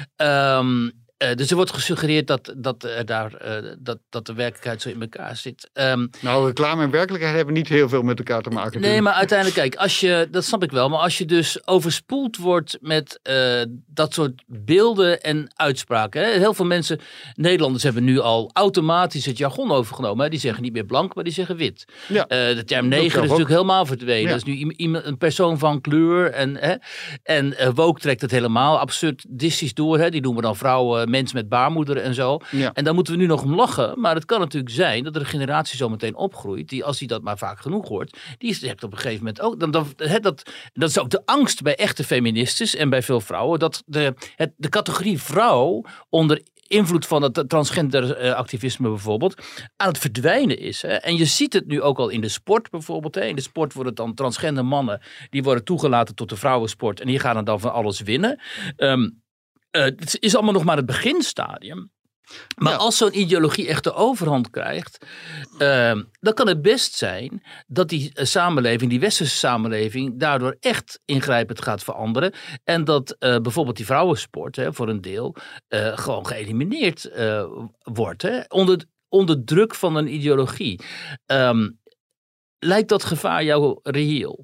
Um, Uh, dus er wordt gesuggereerd dat, dat, uh, daar, uh, dat, dat de werkelijkheid zo in elkaar zit. Um, nou, reclame en werkelijkheid hebben niet heel veel met elkaar te maken. Nee, natuurlijk. maar uiteindelijk, kijk, als je, dat snap ik wel. Maar als je dus overspoeld wordt met uh, dat soort beelden en uitspraken. Hè? Heel veel mensen, Nederlanders hebben nu al automatisch het jargon overgenomen. Hè? Die zeggen niet meer blank, maar die zeggen wit. Ja. Uh, de term neger is natuurlijk ook helemaal verdwenen. Ja. Dat is nu iemand, een persoon van kleur. En, hè? en uh, woke trekt het helemaal absurdistisch door. Hè? Die noemen dan vrouwen mensen met baarmoeder en zo. Ja. En daar moeten we nu nog om lachen. Maar het kan natuurlijk zijn dat er een generatie zo meteen opgroeit, die als die dat maar vaak genoeg hoort, die zegt op een gegeven moment ook, dan, dan, he, dat, dat is ook de angst bij echte feministes en bij veel vrouwen, dat de, het, de categorie vrouw onder invloed van het transgender uh, activisme bijvoorbeeld aan het verdwijnen is. Hè? En je ziet het nu ook al in de sport bijvoorbeeld. Hè? In de sport worden dan transgender mannen, die worden toegelaten tot de vrouwensport en die gaan dan van alles winnen. Um, uh, het is allemaal nog maar het beginstadium. Maar ja. als zo'n ideologie echt de overhand krijgt, uh, dan kan het best zijn dat die uh, samenleving, die westerse samenleving, daardoor echt ingrijpend gaat veranderen. En dat uh, bijvoorbeeld die vrouwensport, hè, voor een deel, uh, gewoon geëlimineerd uh, wordt. Hè, onder, onder druk van een ideologie. Um, lijkt dat gevaar jou reëel?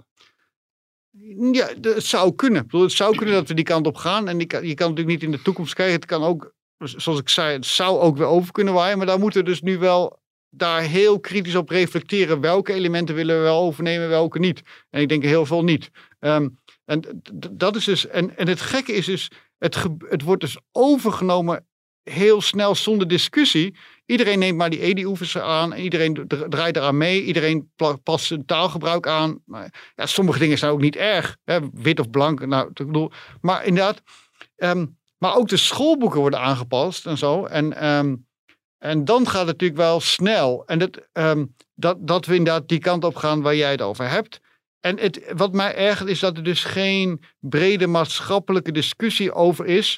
Ja, het zou kunnen. Ik bedoel, het zou kunnen dat we die kant op gaan. En die kan, je kan natuurlijk niet in de toekomst krijgen. Het kan ook, zoals ik zei, het zou ook weer over kunnen waaien. Maar daar moeten we dus nu wel daar heel kritisch op reflecteren. Welke elementen willen we wel overnemen, welke niet. En ik denk heel veel niet. Um, en d- dat is dus. En, en het gekke is dus, het, ge, het wordt dus overgenomen heel snel zonder discussie. Iedereen neemt maar die E D I-oefens aan. En iedereen draait eraan mee. Iedereen past zijn taalgebruik aan. Maar, ja, sommige dingen zijn ook niet erg. Hè, wit of blank. Nou, ik bedoel, maar inderdaad. Um, maar ook de schoolboeken worden aangepast en zo. En, um, en dan gaat het natuurlijk wel snel. En dat, um, dat, dat we inderdaad die kant op gaan waar jij het over hebt. En het, wat mij ergert is dat er dus geen brede maatschappelijke discussie over is.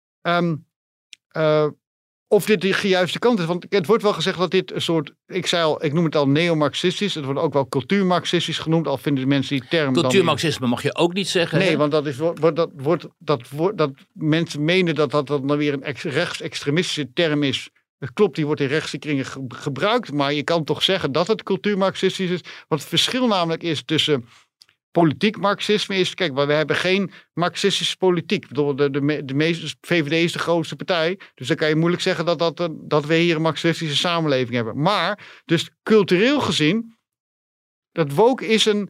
Um, uh, Of dit de juiste kant is. Want het wordt wel gezegd dat dit een soort, ik zei al, ik noem het al neo-marxistisch. Het wordt ook wel cultuurmarxistisch genoeg. Al vinden de mensen die term. Cultuurmarxisme mag je ook niet zeggen. Nee, hè? want dat is wordt dat wordt dat wordt dat mensen menen dat dat dan weer een ex, rechtsextremistische term is. Het klopt, die wordt in rechtse kringen ge, gebruikt. Maar je kan toch zeggen dat het cultuurmarxistisch is. Wat het verschil namelijk is tussen politiek marxisme is, kijk, maar we hebben geen marxistische politiek. Ik bedoel, de, de, de meeste, V V D is de grootste partij. Dus dan kan je moeilijk zeggen dat, dat, dat we hier een marxistische samenleving hebben. Maar, dus cultureel gezien, dat woke is een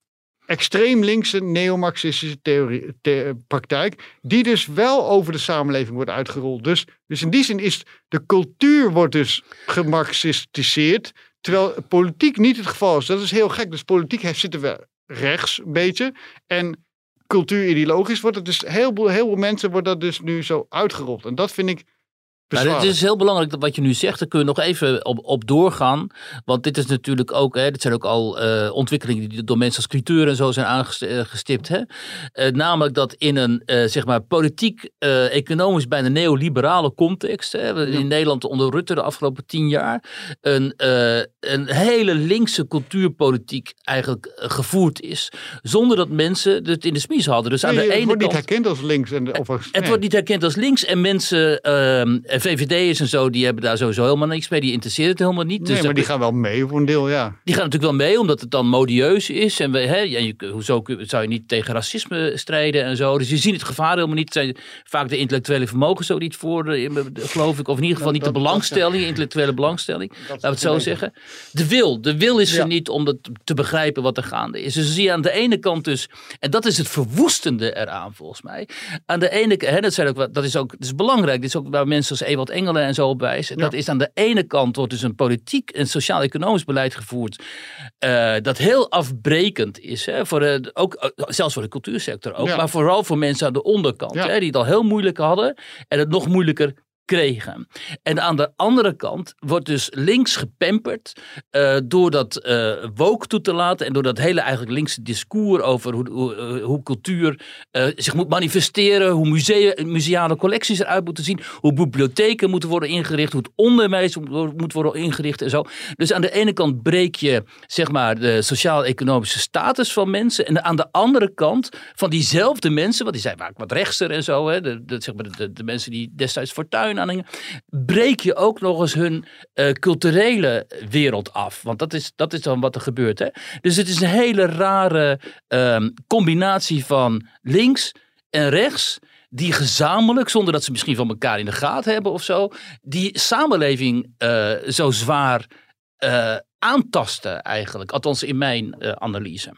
extreem linkse neo-marxistische theorie, the, praktijk, die dus wel over de samenleving wordt uitgerold. Dus, dus in die zin is de cultuur wordt dus gemarxistiseerd, terwijl politiek niet het geval is. Dat is heel gek. Dus politiek heeft, zitten we rechts een beetje. En cultuurideologisch wordt het dus heel veel, heel veel mensen wordt dat dus nu zo uitgerold. En dat vind ik bezwaarlijk. Nou, het is heel belangrijk dat wat je nu zegt, daar kun je nog even op, op doorgaan. Want dit is natuurlijk ook, hè, dit zijn ook al uh, ontwikkelingen die door mensen als Cliteur en zo zijn aangestipt. Hè? Uh, namelijk dat in een uh, zeg maar politiek, uh, economisch bijna neoliberale context, hè, in ja. Nederland onder Rutte de afgelopen tien jaar, een, uh, een hele linkse cultuurpolitiek eigenlijk uh, gevoerd is. Zonder dat mensen het in de smies hadden. Dus aan nee, de ene het wordt kant, niet herkend als links. En, of als, het nee. wordt niet herkend als links en mensen, uh, V V D'ers en zo, die hebben daar sowieso helemaal niks mee. Die interesseert het helemaal niet. Nee, dus maar die gaan wel mee voor een deel, ja. Die gaan natuurlijk wel mee, omdat het dan modieus is. En we, hè, je, hoezo zou je niet tegen racisme strijden en zo. Dus je ziet het gevaar helemaal niet. Het zijn vaak de intellectuele vermogens ook niet voor, geloof ik. Of in ieder geval niet de belangstelling, intellectuele belangstelling. Laten we het zo zeggen. De wil. De wil is er ja. niet om het te begrijpen wat er gaande is. Dus dan zie je aan de ene kant dus, en dat is het verwoestende eraan volgens mij. Aan de ene kant, hè, dat, zijn ook, dat is ook dat is belangrijk. Dit is ook waar mensen als Ewald Engelen en zo op wijzen. Ja. Dat is aan de ene kant wordt dus een politiek en sociaal-economisch beleid gevoerd. Uh, dat heel afbrekend is. Hè, voor de, ook, uh, zelfs voor de cultuursector ook. Ja. Maar vooral voor mensen aan de onderkant. Ja. Hè, die het al heel moeilijk hadden. En het nog moeilijker kregen. En aan de andere kant wordt dus links gepamperd uh, door dat uh, woke toe te laten en door dat hele eigenlijk linkse discours over hoe, hoe, uh, hoe cultuur uh, zich moet manifesteren, hoe musea, museale collecties eruit moeten zien, hoe bibliotheken moeten worden ingericht, hoe het onderwijs moet worden ingericht en zo. Dus aan de ene kant breek je zeg maar de sociaal-economische status van mensen en aan de andere kant van diezelfde mensen, want die zijn vaak wat rechtser en zo, hè, de, de, zeg maar de, de, de mensen die destijds Fortuyn aanhingen, breek je ook nog eens hun uh, culturele wereld af. Want dat is, dat is dan wat er gebeurt. Hè? Dus het is een hele rare um, combinatie van links en rechts, die gezamenlijk, zonder dat ze misschien van elkaar in de gaten hebben of zo, die samenleving uh, zo zwaar uh, aantasten eigenlijk. Althans in mijn uh, analyse.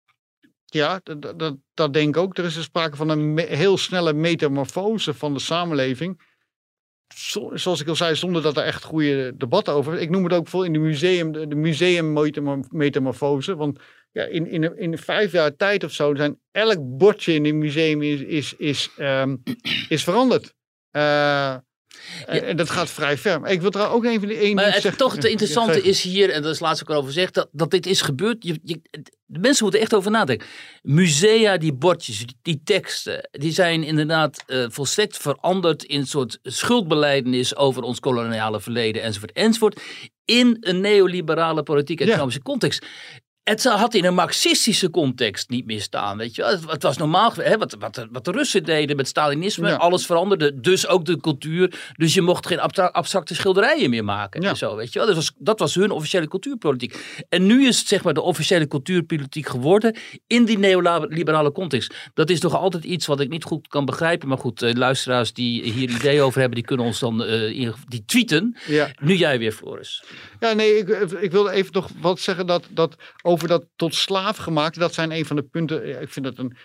Ja, dat, dat, dat denk ik ook. Er is er sprake van een me- heel snelle metamorfose van de samenleving. Zo, zoals ik al zei, zonder dat er echt goede debatten over is. Ik noem het ook veel in de museum, de, de museummetamorfose. Want ja, in, in, in vijf jaar tijd of zo zijn elk bordje in het museum is, is, is, um, is veranderd. Uh, En, en dat gaat vrij ver. Maar ik wil er ook even één Maar ding het, zeggen. toch het interessante is hier, en dat is laatst ook al over gezegd, dat, dat dit is gebeurd. Je, je, de mensen moeten echt over nadenken. Musea, die bordjes, die, die teksten, die zijn inderdaad uh, volstrekt veranderd in een soort schuldbelijdenis over ons koloniale verleden, enzovoort, enzovoort, in een neoliberale politiek-economische ja. context. Het had in een marxistische context niet meer staan. Weet je? Het, het was normaal, hè, wat, wat, wat de Russen deden met Stalinisme. Ja. Alles veranderde, dus ook de cultuur. Dus je mocht geen abstracte schilderijen meer maken. Ja. En zo, weet je? Dat, was, dat was hun officiële cultuurpolitiek. En nu is het zeg maar de officiële cultuurpolitiek geworden in die neoliberale context. Dat is toch altijd iets wat ik niet goed kan begrijpen. Maar goed, luisteraars die hier ideeën over hebben, die kunnen ons dan uh, in, die tweeten. Ja. Nu jij weer, Floris. Ja, nee, ik, ik wilde even nog wat zeggen dat, dat over dat tot slaaf gemaakt, dat zijn een van de punten. Ik vind dat een,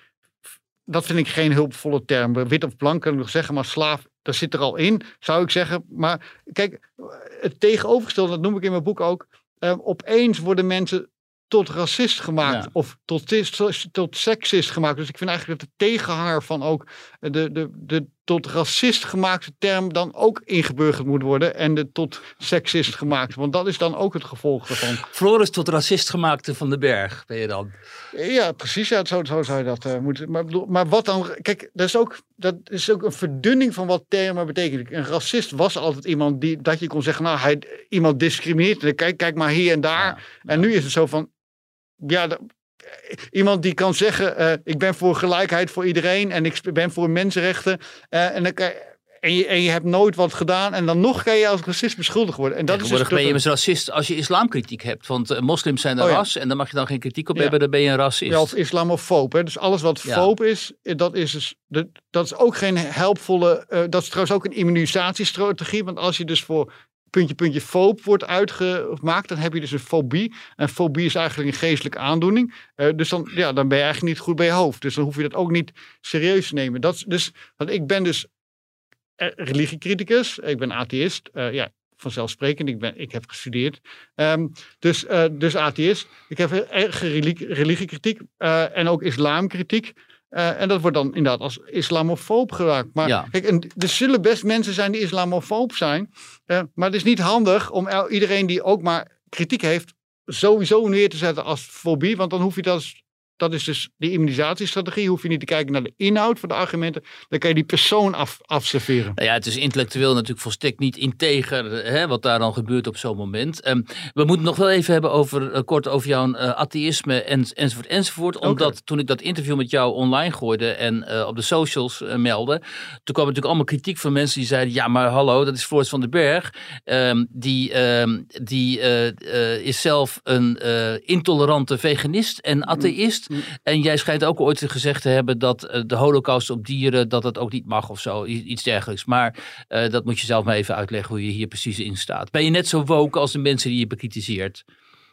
dat vind ik geen hulpvolle term. Wit of blank kan ik nog zeggen, maar slaaf, dat zit er al in, zou ik zeggen. Maar kijk, het tegenovergestelde, dat noem ik in mijn boek ook. Uh, opeens worden mensen tot racist gemaakt ja. of tot, tot seksist gemaakt. Dus ik vind eigenlijk dat de tegenhanger van ook de, de, de tot racist gemaakte term dan ook ingeburgerd moet worden en de tot seksist gemaakt. Want dat is dan ook het gevolg ervan. Floris tot racist gemaakte van den Berg ben je dan? Ja, precies. Ja, zo, zo zou je dat uh, moeten. Maar, maar wat dan? Kijk, dat is, ook, dat is ook een verdunning van wat termen betekenen. Een racist was altijd iemand die dat je kon zeggen, nou, hij iemand discrimineert. Kijk, kijk maar hier en daar. Ja, ja. En nu is het zo van, ja, de, iemand die kan zeggen, uh, ik ben voor gelijkheid voor iedereen en ik ben voor mensenrechten. Uh, en, dan kan je, en, je, en je hebt nooit wat gedaan en dan nog kan je als racist beschuldigd worden. En dat ja, is dus ben je immers racist als je islamkritiek hebt. Want uh, moslims zijn een oh, ja. ras en daar mag je dan geen kritiek op ja. hebben, dan ben je een racist. Ja, of islamofoob. Hè? Dus alles wat ja. foob is, dat is, dus, dat, dat is ook geen helpvolle, uh, dat is trouwens ook een immunisatiestrategie. Want als je dus voor puntje, puntje, foob wordt uitgemaakt, dan heb je dus een fobie. En fobie is eigenlijk een geestelijke aandoening. Uh, dus dan, ja, dan ben je eigenlijk niet goed bij je hoofd. Dus dan hoef je dat ook niet serieus te nemen. Dat, dus, want ik ben dus religiecriticus. Ik ben atheïst. Uh, ja, vanzelfsprekend. Ik, ben, ik heb gestudeerd. Um, dus, uh, dus atheïst. Ik heb erge religie, religiekritiek uh, en ook islamkritiek. Uh, en dat wordt dan inderdaad als islamofoob geraakt. Maar ja. kijk, en er zullen best mensen zijn die islamofoob zijn. Uh, maar het is niet handig om el- iedereen die ook maar kritiek heeft sowieso neer te zetten als fobie. Want dan hoef je dat... Dat is dus die immunisatiestrategie. Hoef je niet te kijken naar de inhoud van de argumenten. Dan kan je die persoon af, afserveren. Nou ja, het is intellectueel natuurlijk volstrekt niet integer hè, wat daar dan gebeurt op zo'n moment. Um, we moeten nog wel even hebben over, uh, kort over jouw uh, atheïsme en, enzovoort enzovoort. Omdat okay. toen ik dat interview met jou online gooide en uh, op de socials uh, meldde. Toen kwam natuurlijk allemaal kritiek van mensen die zeiden. Ja, maar hallo, dat is Floris van den Berg. Um, die um, die uh, uh, is zelf een uh, intolerante veganist en atheïst. Mm. En jij schijnt ook ooit gezegd te hebben dat uh, de holocaust op dieren, dat dat ook niet mag of zo, iets dergelijks. Maar uh, dat moet je zelf maar even uitleggen hoe je hier precies in staat. Ben je net zo woke als de mensen die je bekritiseert?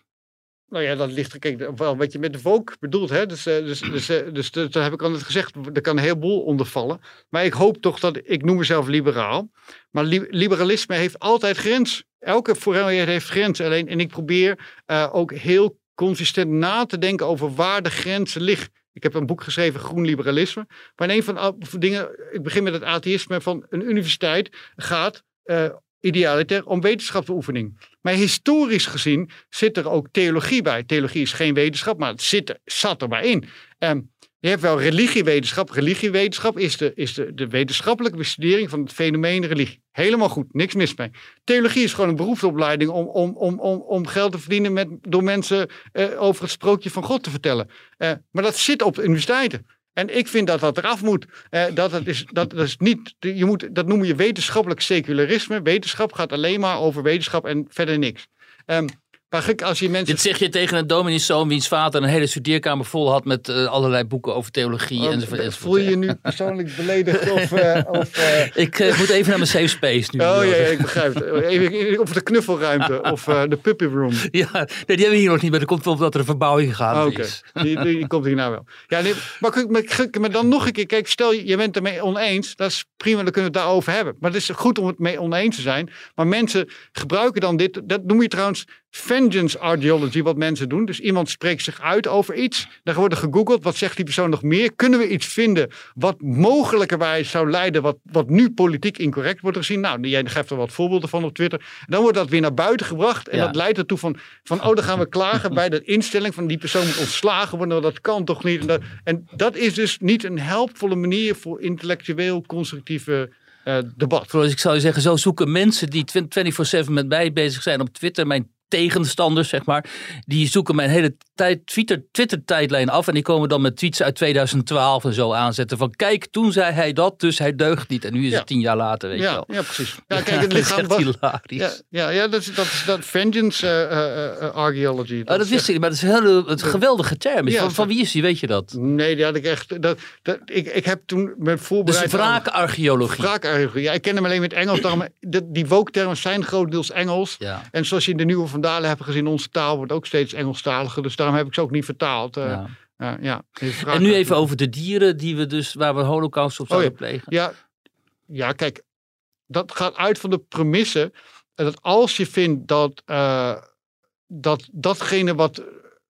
Nou ja, dat ligt kijk, wel wat je met de woke bedoelt. Hè? Dus, dus, dus, dus, dus daar heb ik al net gezegd, er kan een heleboel onder vallen. Maar ik hoop toch dat, ik noem mezelf liberaal. Maar li- liberalisme heeft altijd grens. Elke forelheid heeft grens. Alleen, en ik probeer uh, ook heel consistent na te denken over waar de grenzen liggen. Ik heb een boek geschreven, Groen Liberalisme. Maar een van de dingen, ik begin met het atheïsme van een universiteit, gaat uh, idealiter om wetenschapsoefening. Maar historisch gezien zit er ook theologie bij. Theologie is geen wetenschap, maar het zit er, zat erbij in. Um, je hebt wel religiewetenschap. Religiewetenschap is, de, is de, de wetenschappelijke bestudering van het fenomeen religie. Helemaal goed, niks mis mee. Theologie is gewoon een beroepsopleiding om, om, om, om, om geld te verdienen met, door mensen uh, over het sprookje van God te vertellen. Uh, maar dat zit op de universiteiten. En ik vind dat dat eraf moet. Uh, dat, dat, is, dat, dat, is niet, je moet, dat noem je wetenschappelijk secularisme. Wetenschap gaat alleen maar over wetenschap en verder niks. Um, Maar als je mensen... Dit zeg je tegen een domineeszoon wiens vader een hele studeerkamer vol had met uh, allerlei boeken over theologie oh, enzovoort. enzovoort. Voel je je nu persoonlijk beledigd? Of, uh, of, uh... Ik uh, moet even naar mijn safe space nu. Oh ja, ja, ik begrijp het. Even, of de knuffelruimte of uh, de puppy room. Ja, nee, die hebben we hier nog niet, maar dat komt wel omdat er een verbouwing gaande oh, okay. is. Die, die, die komt hier nou wel. Ja, nee, maar, maar, maar dan nog een keer, kijk, stel je bent het ermee oneens, dat is prima, dan kunnen we het daarover hebben. Maar het is goed om het mee oneens te zijn. Maar mensen gebruiken dan dit, dat noem je trouwens vengeance ideology wat mensen doen. Dus iemand spreekt zich uit over iets. Dan wordt er gegoogeld. Wat zegt die persoon nog meer? Kunnen we iets vinden wat mogelijkerwijs zou leiden wat, wat nu politiek incorrect wordt gezien? Nou, jij geeft er wat voorbeelden van op Twitter. Dan wordt dat weer naar buiten gebracht. En ja. dat leidt ertoe van, van, oh, dan gaan we klagen bij de instelling van die persoon moet ontslagen worden. Dat kan toch niet? En dat, en dat is dus niet een helpvolle manier voor intellectueel constructieve uh, debat. Floris, ik zou je zeggen, zo zoeken mensen die vierentwintig zeven met mij bezig zijn op Twitter, mijn tegenstanders, zeg maar, die zoeken mijn hele tijd, Twitter, Twitter-tijdlijn af en die komen dan met tweets uit tweeduizend twaalf en zo aanzetten van kijk, toen zei hij dat, dus hij deugt niet. En nu is ja. het tien jaar later, weet ja, je wel. Ja, precies. Ja, kijk, het lichaam dat is echt was, hilarisch. Ja, ja, ja, dat is dat, is dat vengeance uh, uh, archaeology. Dat, oh, dat wist ik, maar dat is een hele het geweldige term. Ja, van, van wie is die, weet je dat? Nee, die had ik echt, dat, dat, ik, ik heb toen met voorbereid... Dus wraakarcheologie. Wraakarcheologie. Ja, ik ken hem alleen met Engels, daarom, die, die woke-termen zijn grotendeels Engels. Ja. En zoals je in de Nieuwe Vandalen hebt gezien, onze taal wordt ook steeds Engelstaliger. Dus daarom heb ik ze ook niet vertaald. Uh, ja. Uh, ja, en nu even over de dieren die we dus, waar we holocaust op zouden oh, ja. plegen. Ja, ja, kijk, dat gaat uit van de premisse dat als je vindt dat, uh, dat datgene wat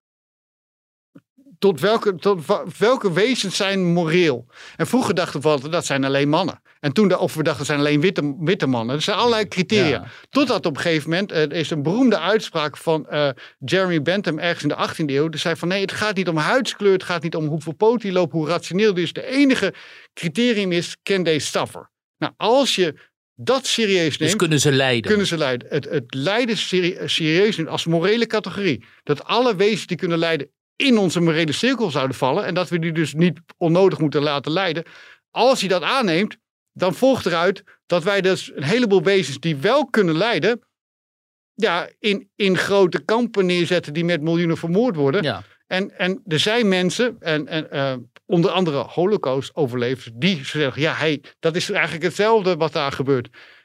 tot welke, tot welke wezens zijn moreel. En vroeger dachten we altijd, dat zijn alleen mannen. En toen of we dachten, dat zijn alleen witte, witte mannen. Er zijn allerlei criteria. Ja. Totdat op een gegeven moment, er is een beroemde uitspraak van uh, Jeremy Bentham ergens in de achttiende eeuw. Die zei van nee, het gaat niet om huidskleur, het gaat niet om hoeveel poot die loopt, hoe rationeel die is. De enige criterium is, can they suffer? Nou, als je dat serieus neemt. Dus kunnen ze lijden? Kunnen ze lijden. Het, het lijden serieus neemt als morele categorie. Dat alle wezens die kunnen lijden in onze morele cirkel zouden vallen. En dat we die dus niet onnodig moeten laten lijden. Als je dat aanneemt, dan volgt eruit dat wij dus een heleboel wezens die wel kunnen lijden, ja, in, in grote kampen neerzetten die met miljoenen vermoord worden. Ja. En, en er zijn mensen, en, en uh, onder andere Holocaust-overlevers, die zeggen, ja, hey, dat is eigenlijk hetzelfde wat daar gebeurt.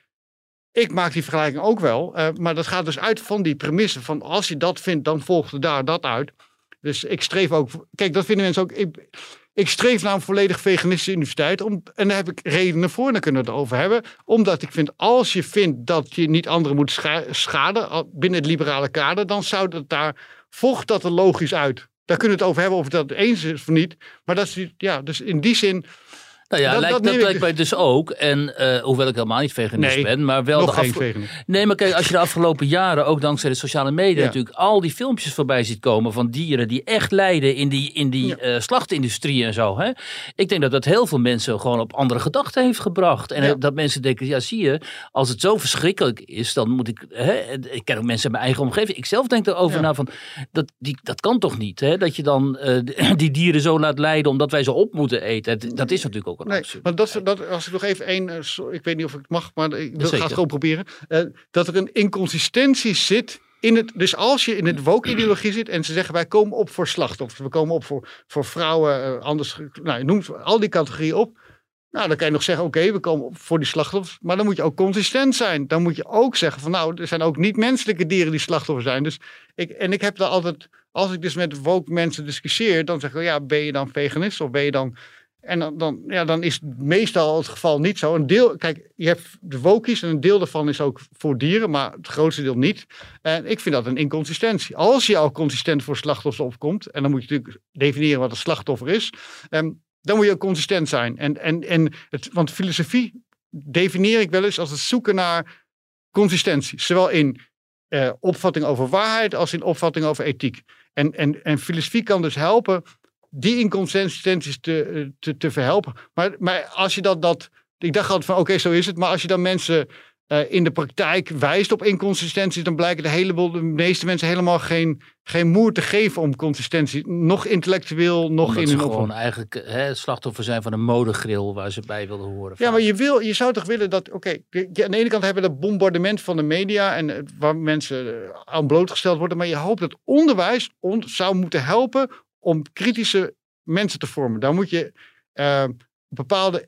Ik maak die vergelijking ook wel, uh, maar dat gaat dus uit van die premisse van als je dat vindt, dan volgt er daar dat uit. Dus ik streef ook, kijk, dat vinden mensen ook. Ik, ik streef naar een volledig veganistische universiteit. Om, en daar heb ik redenen voor, daar kunnen we het over hebben. Omdat ik vind, als je vindt dat je niet anderen moet schaden binnen het liberale kader, dan zou dat daar, volgt dat er logisch uit. Daar kunnen we het over hebben of dat het eens is of niet. Maar dat is, ja, dus in die zin. Nou ja, dat, lijkt, dat, dat lijkt mij dus ook. En uh, hoewel ik helemaal niet veganist nee, ben, maar wel nog de geen veganist. Nee, maar kijk, als je de afgelopen jaren ook dankzij de sociale media ja. natuurlijk al die filmpjes voorbij ziet komen van dieren die echt lijden in die, in die ja. uh, slachtindustrie en zo. Hè? Ik denk dat dat heel veel mensen gewoon op andere gedachten heeft gebracht. En ja. dat mensen denken, ja zie je, als het zo verschrikkelijk is, dan moet ik, hè, ik ken ook mensen in mijn eigen omgeving. Ik zelf denk erover ja. na van, dat, die, dat kan toch niet, hè? Dat je dan uh, die dieren zo laat lijden omdat wij ze op moeten eten. Dat is natuurlijk ook Nee, maar dat, dat, als ik nog even één, uh, ik weet niet of ik het mag, maar ik wil, ga het gewoon proberen. Uh, dat er een inconsistentie zit in het, dus als je in het woke-ideologie zit en ze zeggen wij komen op voor slachtoffers, we komen op voor, voor vrouwen, uh, anders, nou, noem al die categorieën op. Nou, dan kan je nog zeggen, oké, okay, we komen op voor die slachtoffers, maar dan moet je ook consistent zijn. Dan moet je ook zeggen van nou, er zijn ook niet-menselijke dieren die slachtoffer zijn. Dus ik, en ik heb daar altijd, als ik dus met woke mensen discussieer, dan zeg ik, ja, ben je dan veganist of ben je dan... En dan, dan, ja, dan is meestal het geval niet zo. Een deel, kijk, je hebt de wokies en een deel daarvan is ook voor dieren, maar het grootste deel niet. En ik vind dat een inconsistentie. Als je al consistent voor slachtoffers opkomt, en dan moet je natuurlijk definiëren wat een slachtoffer is, um, dan moet je ook consistent zijn. En, en, en het, want filosofie definieer ik wel eens als het zoeken naar consistentie. Zowel in uh, opvatting over waarheid als in opvatting over ethiek. En, en, en filosofie kan dus helpen die inconsistenties te, te, te verhelpen. Maar, maar als je dat, dat... Ik dacht altijd van, oké, okay, zo is het. Maar als je dan mensen uh, in de praktijk wijst op inconsistenties, dan blijken de, heleboel, de meeste mensen helemaal geen, geen moer te geven om consistentie. Nog intellectueel, nog Omdat in ze een gewoon opvatting. eigenlijk hè, slachtoffer zijn van een modegril waar ze bij wilden horen. Ja, maar je, wil, je zou toch willen dat... Oké, okay, aan de ene kant hebben we dat bombardement van de media en uh, waar mensen uh, aan blootgesteld worden. Maar je hoopt dat onderwijs ons zou moeten helpen om kritische mensen te vormen. Daar moet je uh, bepaalde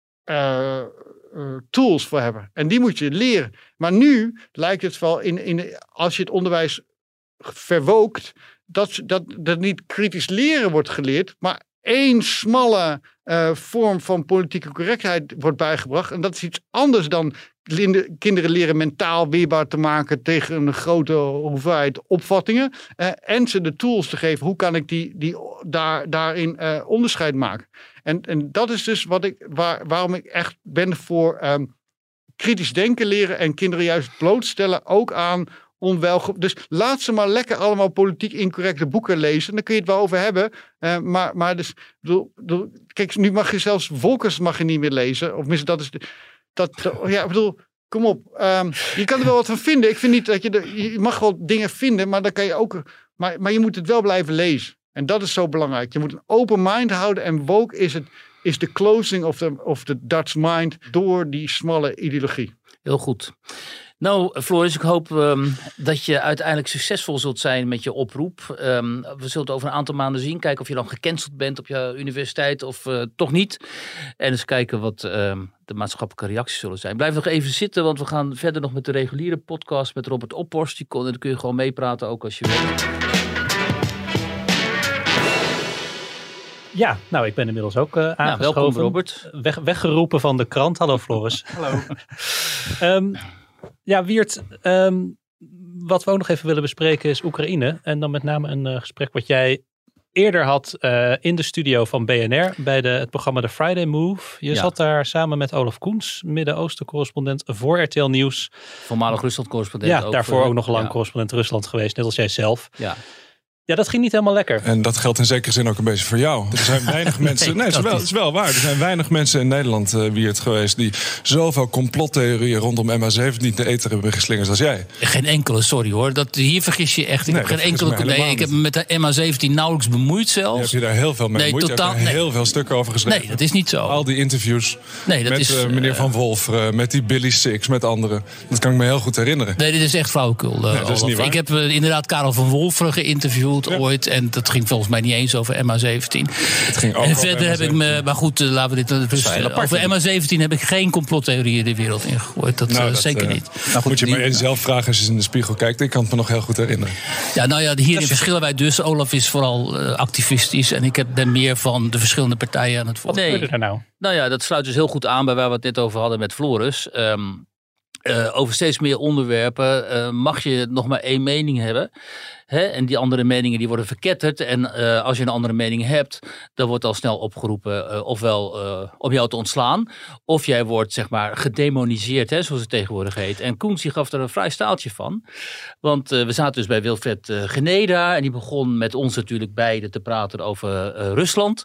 uh, uh, tools voor hebben. En die moet je leren. Maar nu lijkt het wel, in, in, als je het onderwijs verwookt, dat, dat, dat niet kritisch leren wordt geleerd, maar één smalle uh, vorm van politieke correctheid wordt bijgebracht. En dat is iets anders dan kinderen leren mentaal weerbaar te maken tegen een grote hoeveelheid opvattingen. Uh, en ze de tools te geven. Hoe kan ik die, die daar, daarin uh, onderscheid maken? En, en dat is dus wat ik, waar, waarom ik echt ben voor um, kritisch denken leren en kinderen juist blootstellen ook aan onwelge... Dus laat ze maar lekker allemaal politiek incorrecte boeken lezen. Dan kun je het wel over hebben. Uh, maar, maar dus, bedoel, bedoel, kijk, nu mag je zelfs Wolkers mag je niet meer lezen. Of misschien dat is... De, dat, de, ja, ik bedoel, kom op. Um, je kan er wel wat van vinden. Ik vind niet dat je... De, je mag wel dingen vinden, maar dan kan je ook... Maar, maar je moet het wel blijven lezen. En dat is zo belangrijk. Je moet een open mind houden. En woke is het... is de closing of the, of the Dutch mind door die smalle ideologie. Heel goed. Nou, Floris, ik hoop um, dat je uiteindelijk succesvol zult zijn met je oproep. Um, we zullen het over een aantal maanden zien. Kijken of je dan gecanceld bent op je universiteit of uh, toch niet. En eens kijken wat um, de maatschappelijke reacties zullen zijn. Blijf nog even zitten, want we gaan verder nog met de reguliere podcast met Robert Ophorst. Die kon, en dan kun je gewoon meepraten ook als je wil. Ja, nou, ik ben inmiddels ook uh, aangeschoven. Nou, welkom Robert. Weg, weggeroepen van de krant. Hallo Floris. Hallo. um, ja, Wiert, um, wat we ook nog even willen bespreken is Oekraïne. En dan met name een uh, gesprek wat jij eerder had uh, in de studio van B N R bij de, het programma The Friday Move. Je ja. zat daar samen met Olaf Koens, Midden-Oosten-correspondent voor R T L Nieuws. Voormalig Rusland-correspondent. Ja, ook daarvoor voor, ook nog lang ja. correspondent Rusland geweest, net als jij zelf. Ja. Ja, dat ging niet helemaal lekker. En dat geldt in zekere zin ook een beetje voor jou. Er zijn weinig mensen... Nee, het is, wel, het is wel waar. Er zijn weinig mensen in Nederland, uh, wie het geweest... die zoveel complottheorieën rondom M H zeventien de ether hebben geslingerd als jij. Geen enkele, sorry hoor. Dat, hier vergis je echt. Ik nee, heb geen enkele... Nee, ik heb me met de M H zeventien nauwelijks bemoeid zelfs. Je hebt je daar heel veel mee nee, bemoeid. Totaal, je hebt er nee. heel veel stukken over geschreven. Nee, dat is niet zo. Al die interviews nee, dat met is, uh, meneer uh, Van Wolf, uh, met die Billy Six, met anderen. Dat kan ik me heel goed herinneren. Nee, dit is echt flauwekul. Uh, nee, dat is niet waar. Ik heb uh, inderdaad Karel van Wolf geïnterviewd ja. ooit. En dat ging volgens mij niet eens over M H zeventien. Het ging ook en over verder M H heb zeventien. ik me... Maar goed, uh, laten we dit... Dus, uh, over M H zeventien heb ik geen complottheorieën de wereld ingegooid. Dat, nou, uh, dat zeker uh, niet. Nou, moet je maar eens zelf vragen als je in de spiegel kijkt. Ik kan het me nog heel goed herinneren. Ja, nou ja, hierin verschillen wij dus. Olaf is vooral uh, activistisch. En ik heb, ben meer van de verschillende partijen aan het volgen. Wat gebeurde er nou? Nou ja, dat sluit dus heel goed aan bij waar we het net over hadden met Floris. Um, Uh, over steeds meer onderwerpen uh, mag je nog maar één mening hebben. Hè? En die andere meningen die worden verketterd. En uh, als je een andere mening hebt, dan wordt al snel opgeroepen uh, ofwel uh, om jou te ontslaan. Of jij wordt zeg maar gedemoniseerd, hè, zoals het tegenwoordig heet. En Koens die gaf er een vrij staaltje van. Want uh, we zaten dus bij Wilfred uh, Geneda. En die begon met ons natuurlijk beiden te praten over uh, Rusland.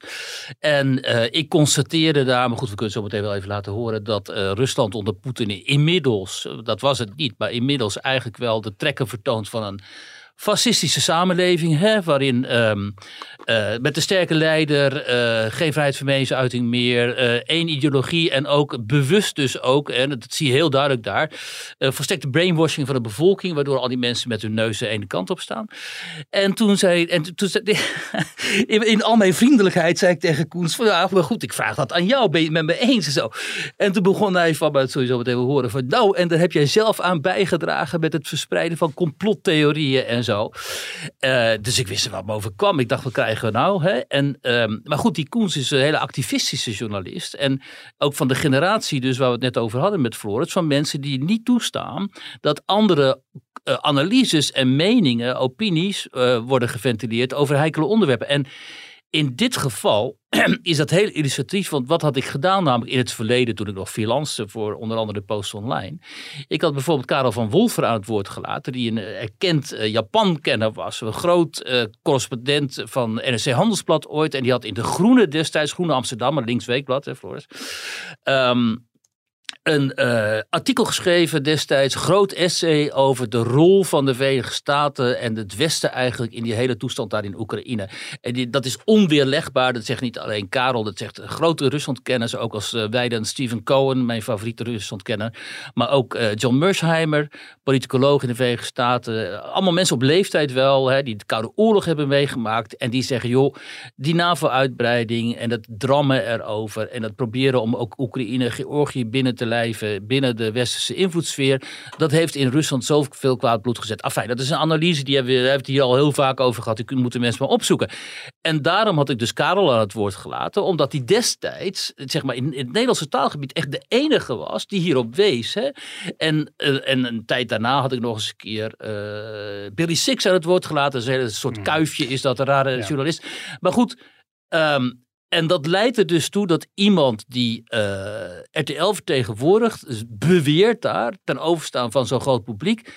En uh, ik constateerde daar, maar goed, we kunnen het zo meteen wel even laten horen, dat uh, Rusland onder Poetin inmiddels, dat was het niet, maar inmiddels eigenlijk wel de trekken vertoont van een fascistische samenleving, hè, waarin um, uh, met de sterke leider uh, geen vrijheid van meningsuiting meer, uh, één ideologie en ook bewust dus ook, en dat zie je heel duidelijk daar, uh, volstrekte brainwashing van de bevolking, waardoor al die mensen met hun neus de ene kant op staan. En toen zei, en toen zei in, in al mijn vriendelijkheid zei ik tegen Koens van, ja, maar goed, ik vraag dat aan jou, ben je het met me eens en zo. En toen begon hij van, maar dat zul je zo meteen wel horen, van nou, en daar heb jij zelf aan bijgedragen met het verspreiden van complottheorieën en zo. Uh, dus ik wist er wat me overkwam. Ik dacht, wat krijgen we nou? Hè? En, um, maar goed, die Koens is een hele activistische journalist. En ook van de generatie dus waar we het net over hadden met Floris. Van mensen die niet toestaan dat andere uh, analyses en meningen, opinies uh, worden geventileerd over heikele onderwerpen. En in dit geval is dat heel illustratief, want wat had ik gedaan namelijk in het verleden toen ik nog freelance voor onder andere de Post Online. Ik had bijvoorbeeld Karel van Wolfer aan het woord gelaten, die een erkend uh, Japan-kenner was. Een groot uh, correspondent van N R C Handelsblad ooit. En die had in de Groene destijds, Groene Amsterdam, een linksweekblad, hè Floris. Um, Een uh, artikel geschreven destijds, groot essay over de rol van de Verenigde Staten en het Westen eigenlijk in die hele toestand daar in Oekraïne. En die, dat is onweerlegbaar, dat zegt niet alleen Karel, dat zegt grote Ruslandkenners, ook als uh, wij dan Stephen Cohen, mijn favoriete Ruslandkenner, maar ook uh, John Mersheimer, politicoloog in de Verenigde Staten. Allemaal mensen op leeftijd wel, hè, die de Koude Oorlog hebben meegemaakt en die zeggen, joh, die NAVO-uitbreiding en dat drammen erover en dat proberen om ook Oekraïne, Georgië binnen te leiden lijve binnen de westerse invloedssfeer. Dat heeft in Rusland zoveel kwaad bloed gezet. Afijn, dat is een analyse die hebben we hebben het hier al heel vaak over gehad. Die moeten mensen maar opzoeken. En daarom had ik dus Karel aan het woord gelaten. Omdat hij destijds, zeg maar in, in het Nederlandse taalgebied echt de enige was die hierop wees. Hè? En, uh, en een tijd daarna had ik nog eens een keer uh, Billy Six aan het woord gelaten. Dat is een soort kuifje, is dat een rare ja. journalist. Maar goed, um, en dat leidt er dus toe dat iemand die uh, R T L vertegenwoordigt, dus beweert daar, ten overstaan van zo'n groot publiek,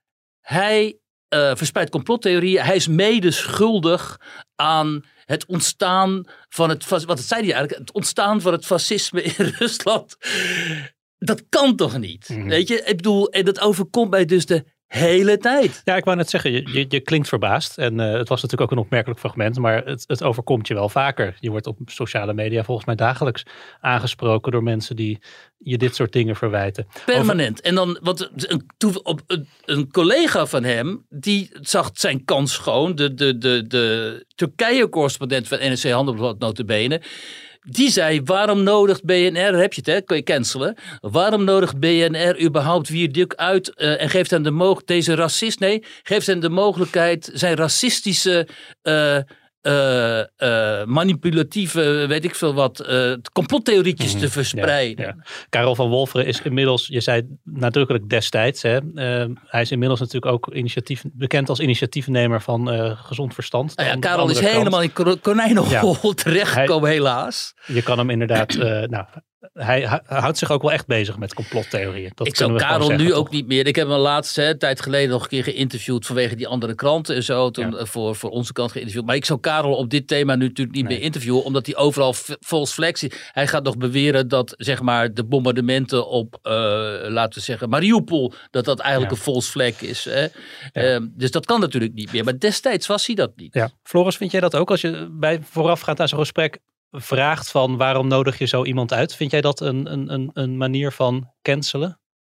hij uh, verspreidt complottheorieën, hij is mede schuldig aan het ontstaan van het, wat het zei hij eigenlijk, het ontstaan van het fascisme in Rusland. Dat kan toch niet? Mm-hmm. Weet je, ik bedoel, en dat overkomt mij dus de hele tijd. Ja, ik wou net zeggen, je, je, je klinkt verbaasd. En uh, het was natuurlijk ook een opmerkelijk fragment, maar het, het overkomt je wel vaker. Je wordt op sociale media volgens mij dagelijks aangesproken door mensen die je dit soort dingen verwijten. Permanent. Over... En dan, wat een, op, een, een collega van hem, die zag zijn kans schoon. De, de, de, de Turkije-correspondent van N R C Handelsblad nota bene. Die zei, waarom nodigt B N R, heb je het hè, kun je cancelen. Waarom nodigt B N R überhaupt Wierduk uit uh, en geeft hem de mogelijkheid, deze racist, nee, geeft hem de mogelijkheid zijn racistische, uh, uh, uh, manipulatieve, weet ik veel wat, uh, complottheorietjes mm-hmm. te verspreiden. Ja, ja. Karel van Wolferen is inmiddels, je zei nadrukkelijk destijds, hè, uh, hij is inmiddels natuurlijk ook initiatief, bekend als initiatiefnemer van uh, Gezond Verstand. Nou ja, Karel is kant. helemaal in konijnenhol ja. terechtgekomen, helaas. Je kan hem inderdaad, uh, nou, hij houdt zich ook wel echt bezig met complottheorieën. Dat ik zou Karel nu toch? ook niet meer. Ik heb hem laatst, hè, een tijd geleden nog een keer geïnterviewd vanwege die andere kranten en zo. Toen ja. voor, voor onze kant geïnterviewd. Maar ik zou Karel op dit thema nu natuurlijk niet nee. meer interviewen. Omdat hij overal false flags is. Hij gaat nog beweren dat zeg maar de bombardementen op, uh, laten we zeggen, Mariupol, dat dat eigenlijk ja. een false flag is. Hè? Ja. Um, dus dat kan natuurlijk niet meer. Maar destijds was hij dat niet. Ja. Floris, vind jij dat ook? Als je bij voorafgaand aan zo'n gesprek vraagt van waarom nodig je zo iemand uit? Vind jij dat een, een, een manier van cancelen?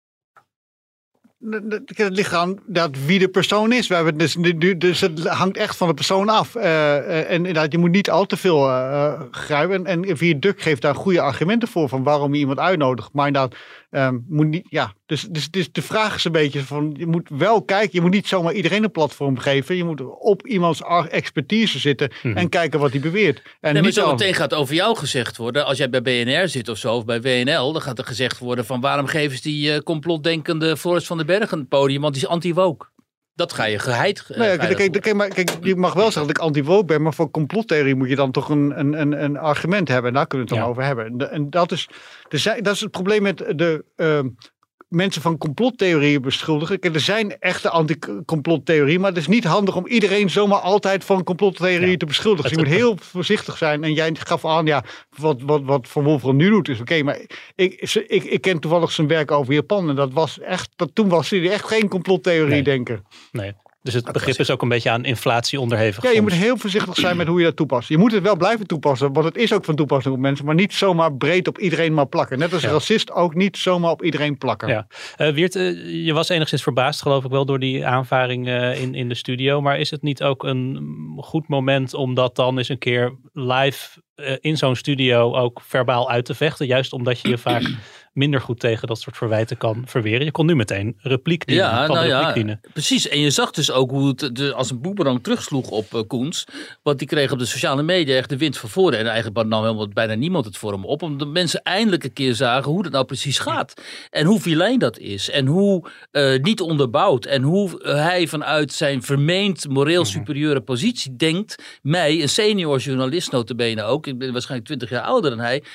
Het ligt aan dat wie de persoon is. We hebben dus, dus het hangt echt van de persoon af. Uh, en inderdaad, je moet niet al te veel uh, grijpen. En, en Wierduk geeft daar goede argumenten voor van waarom je iemand uitnodigt. Maar inderdaad, um, moet niet, ja. Dus, dus, dus de vraag is een beetje van, je moet wel kijken. Je moet niet zomaar iedereen een platform geven. Je moet op iemands expertise zitten en hmm. kijken wat hij beweert. En nee, niet zo al... meteen gaat over jou gezegd worden. Als jij bij B N R zit of zo, of bij W N L, dan gaat er gezegd worden van waarom geven ze die uh, complotdenkende Floris van den Bergen het podium, want die is anti-woke. Dat ga je geheid. Uh, nou ja, kijk, kijk, kijk, maar, kijk, je mag wel zeggen dat ik anti-woke ben, maar voor complottheorie moet je dan toch een, een, een, een argument hebben. En daar kunnen we het dan ja. over hebben. En dat is, dat is het probleem met de uh, mensen van complottheorieën beschuldigen. Kijk, er zijn echte anti-complottheorieën, maar het is niet handig om iedereen zomaar altijd van complottheorieën ja. te beschuldigen. Dus je moet heel voorzichtig zijn. En jij gaf aan, ja, wat, wat, wat Van Wolferen nu doet is oké. Okay, maar ik, ik, ik ken toevallig zijn werk over Japan. En dat was echt, dat, toen was hij echt geen complottheorie-denker. Nee. nee. Dus het begrip is ook een beetje aan inflatie onderhevig. Ja, je moet heel voorzichtig zijn met hoe je dat toepast. Je moet het wel blijven toepassen, want het is ook van toepassing op mensen. Maar niet zomaar breed op iedereen maar plakken. Net als ja. racist ook niet zomaar op iedereen plakken. Ja. Uh, Wiert, uh, je was enigszins verbaasd geloof ik wel door die aanvaring uh, in, in de studio. Maar is het niet ook een goed moment om dat dan eens een keer live uh, in zo'n studio ook verbaal uit te vechten? Juist omdat je je vaak minder goed tegen dat soort verwijten kan verweren. Je kon nu meteen repliek dienen. Ja, van nou de repliek ja, dienen. Precies. En je zag dus ook hoe het de, als een boemerang terugsloeg op uh, Koens. Want die kreeg op de sociale media echt de wind van voren. En eigenlijk nam helemaal bijna niemand het voor hem op. Omdat mensen eindelijk een keer zagen hoe dat nou precies gaat. En hoe vilijn dat is. En hoe uh, niet onderbouwd. En hoe uh, hij vanuit zijn vermeend moreel superieure positie denkt, mij, een senior journalist nota bene ook, ik ben waarschijnlijk twintig jaar ouder dan hij,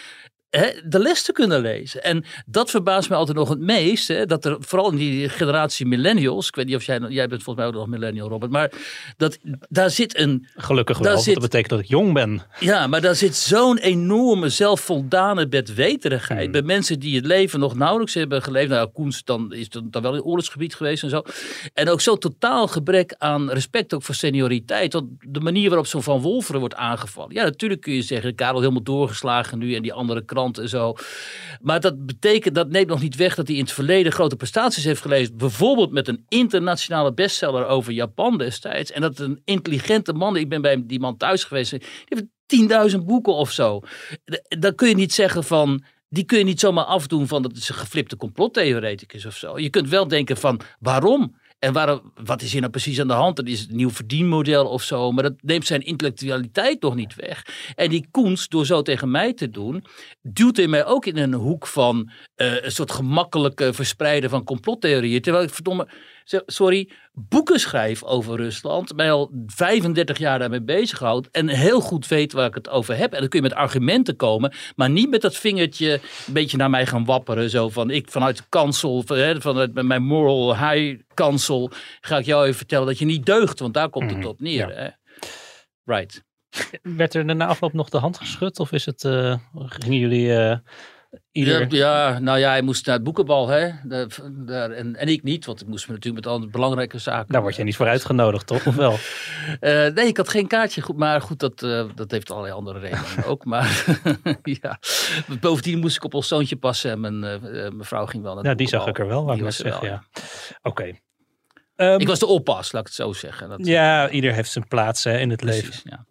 de les te kunnen lezen. En dat verbaast mij altijd nog het meest. Hè, dat er vooral in die generatie millennials. Ik weet niet of jij... Jij bent volgens mij ook nog millennial, Robert. Maar dat, daar zit een... Gelukkig wel, zit, dat betekent dat ik jong ben. Ja, maar daar zit zo'n enorme zelfvoldane bedweterigheid. Hmm. Bij mensen die het leven nog nauwelijks hebben geleefd. Nou, Koens dan, is dan, dan wel in oorlogsgebied geweest en zo. En ook zo totaal gebrek aan respect ook voor senioriteit. Want de manier waarop zo'n Van Wolferen wordt aangevallen. Ja, natuurlijk kun je zeggen, Karel helemaal doorgeslagen nu en die andere krant en zo. Maar dat betekent, dat neemt nog niet weg dat hij in het verleden grote prestaties heeft geleverd. Bijvoorbeeld met een internationale bestseller over Japan destijds. En dat een intelligente man, ik ben bij die man thuis geweest, die heeft tienduizend boeken of zo. Dan kun je niet zeggen van, die kun je niet zomaar afdoen van dat het een geflipte complottheoreticus of zo. Je kunt wel denken van waarom? En waarom, wat is hier nou precies aan de hand? Dat is een nieuw verdienmodel of zo. Maar dat neemt zijn intellectualiteit toch niet weg. En die Koens, door zo tegen mij te doen, duwt hij mij ook in een hoek van uh, een soort gemakkelijke verspreiden van complottheorieën. Terwijl ik verdomme, sorry, boeken schrijf over Rusland. Mij al vijfendertig jaar daarmee bezighoud. En heel goed weet waar ik het over heb. En dan kun je met argumenten komen. Maar niet met dat vingertje een beetje naar mij gaan wapperen. Zo van, ik vanuit de kansel, vanuit mijn moral high kansel, ga ik jou even vertellen dat je niet deugt. Want daar komt het op neer. Ja. Hè? Right. Werd er na afloop nog de hand geschud? Of is het, uh, gingen jullie... Uh... Ieder... Ja, ja, nou ja, hij moest naar het boekenbal, hè. Daar, daar, en, en ik niet, want ik moest me natuurlijk met al belangrijke zaken... Daar word je niet voor uitgenodigd, toch? Of wel? uh, nee, ik had geen kaartje, maar goed, dat, uh, dat heeft allerlei andere redenen ook. Maar ja, bovendien moest ik op ons zoontje passen en mijn, uh, mijn vrouw ging wel naar het Ja, die zag ik er wel, waar ik was zeggen, wel, ja. Oké. Okay. Um, ik was de oppas, laat ik het zo zeggen. Dat, ja, uh, ieder heeft zijn plaats hè, in het precies, leven. Ja.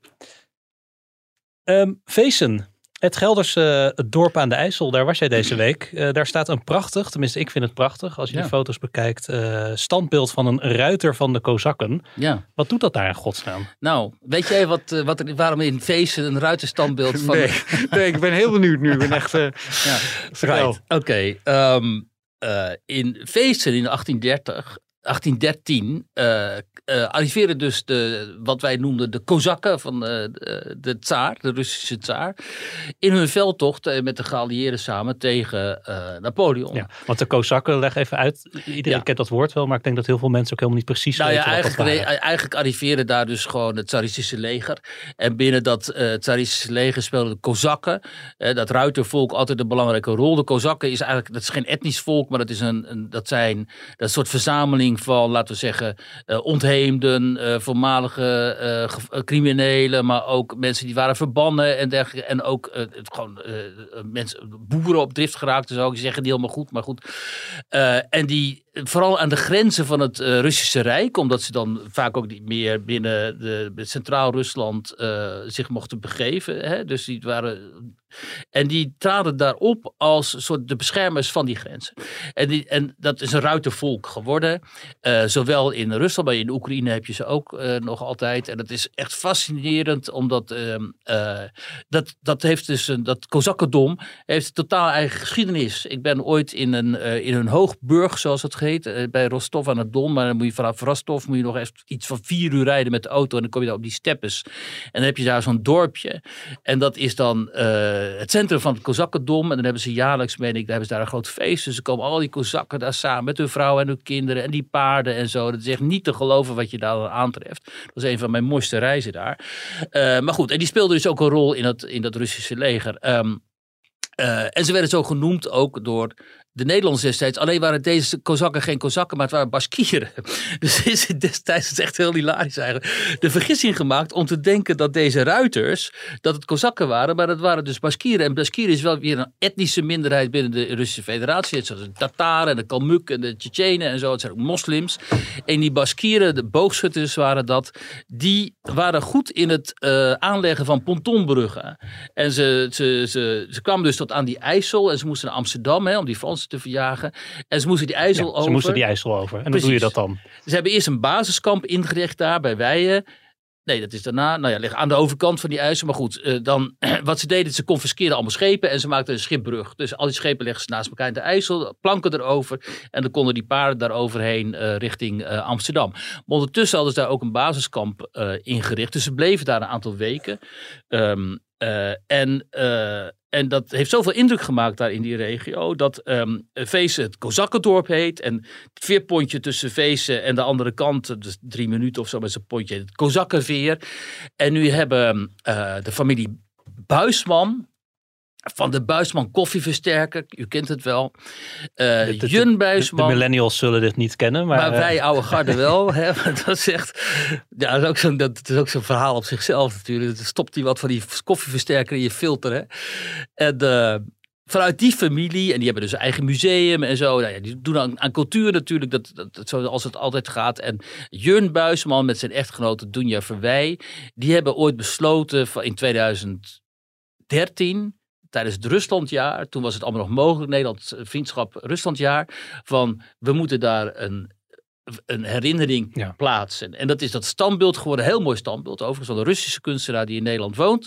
Um, Veessen. Het Gelderse uh, dorp aan de IJssel, daar was jij deze week. Uh, daar staat een prachtig, tenminste ik vind het prachtig, als je ja. die foto's bekijkt, uh, standbeeld van een ruiter van de Kozakken. Ja. Wat doet dat daar in godsnaam? Nou, weet jij wat, uh, wat er, waarom in Veessen een ruiterstandbeeld van... Nee, nee, ik ben heel benieuwd nu. Ik ben echt... Uh, ja, right. Oké, okay. um, uh, in Veessen in achttien dertig... achttien dertien uh, uh, arriveren dus de, wat wij noemden de Kozakken van uh, de, de tsaar, de Russische tsaar, in hun veldtocht uh, met de geallieerden samen tegen uh, Napoleon. Ja, want de Kozakken, leg even uit, iedereen ja. kent dat woord wel, maar ik denk dat heel veel mensen ook helemaal niet precies nou weten ja, wat eigenlijk, dat waren. Eigenlijk arriveren daar dus gewoon het tsaristische leger. En binnen dat uh, tsaristische leger speelden de Kozakken, uh, dat ruitervolk, altijd een belangrijke rol. De Kozakken is eigenlijk, dat is geen etnisch volk, maar dat is een, een dat zijn dat is een soort verzameling van, laten we zeggen, uh, ontheemden, uh, voormalige uh, criminelen, maar ook mensen die waren verbannen en dergelijke. En ook uh, gewoon uh, mensen, boeren op drift geraakt, zou ik zeggen, die helemaal goed, maar goed. Uh, en die vooral aan de grenzen van het uh, Russische Rijk, omdat ze dan vaak ook niet meer binnen de, de Centraal-Rusland uh, zich mochten begeven. Hè? Dus die waren... En die traden daarop als soort de beschermers van die grenzen. En, die, en dat is een ruitervolk geworden. Uh, zowel in Rusland, maar in Oekraïne heb je ze ook uh, nog altijd. En het is echt fascinerend, omdat uh, uh, dat, dat heeft dus een, dat Kozakkendom heeft een totaal eigen geschiedenis. Ik ben ooit in een, uh, in een hoogburg, zoals het heet, uh, bij Rostov aan het Don. Maar dan moet je vanaf Rostov moet je nog echt iets van vier uur rijden met de auto. En dan kom je daar op die steppes. En dan heb je daar zo'n dorpje. En dat is dan Uh, het centrum van het Kozakkendom. En dan hebben ze jaarlijks, meen ik, daar hebben ze daar een groot feest. Dus er komen al die Kozakken daar samen met hun vrouwen en hun kinderen en die paarden en zo. Dat is echt niet te geloven wat je daar aantreft. Dat is een van mijn mooiste reizen daar. Uh, maar goed, en die speelden dus ook een rol in, het, in dat Russische leger. Um, uh, en ze werden zo genoemd ook door de Nederlanders destijds. Alleen waren deze Kozakken geen Kozakken, maar het waren Baskieren. Dus is het destijds, het is echt heel hilarisch eigenlijk, de vergissing gemaakt om te denken dat deze ruiters, dat het Kozakken waren, maar dat waren dus Baskieren. En Baskieren is wel weer een etnische minderheid binnen de Russische Federatie. Het zijn de Tataren en de Kalmuk en de Tsjetsjenen en zo. Het zijn ook moslims. En die Baskieren, de boogschutters waren dat, die waren goed in het uh, aanleggen van pontonbruggen. En ze, ze, ze, ze kwamen dus tot aan die IJssel en ze moesten naar Amsterdam, hè, om die Fransen te verjagen. En ze moesten die IJssel ja, over. Ze moesten die IJssel over. En Precies. Hoe doe je dat dan? Ze hebben eerst een basiskamp ingericht daar bij Weijen. Nee, dat is daarna. Nou ja, liggen aan de overkant van die IJssel. Maar goed, uh, dan, wat ze deden, ze confiskeerden allemaal schepen en ze maakten een schipbrug. Dus al die schepen leggen ze naast elkaar in de IJssel, planken erover en dan konden die paarden daar overheen uh, richting uh, Amsterdam. Maar ondertussen hadden ze daar ook een basiskamp uh, ingericht. Dus ze bleven daar een aantal weken. Um, uh, en... Uh, En dat heeft zoveel indruk gemaakt daar in die regio, dat um, Veessen het Kozakkendorp heet. En het veerpontje tussen Veessen en de andere kant, dus drie minuten of zo met zijn pontje, het Kozakkenveer. En nu hebben uh, de familie Buisman, van de Buisman koffieversterker, u kent het wel. Uh, de, de, Jun Buisman. De millennials zullen dit niet kennen. Maar, maar wij uh, oude garde wel. Hè, dat is echt, ja, dat is ook zo'n, dat is ook zo'n verhaal op zichzelf natuurlijk. Dan stopt hij wat van die koffieversterker in je filter. Hè. En uh, vanuit die familie, en die hebben dus een eigen museum en zo. Nou ja, die doen aan, aan cultuur natuurlijk, dat, dat, dat, zoals het altijd gaat. En Jurn Buisman met zijn echtgenote Dunja Verwij, die hebben ooit besloten in tweeduizend dertien... tijdens het Ruslandjaar, toen was het allemaal nog mogelijk, Nederland vriendschap Ruslandjaar, van we moeten daar een een herinnering ja. plaatsen. En dat is dat standbeeld geworden, heel mooi standbeeld, overigens van een Russische kunstenaar die in Nederland woont.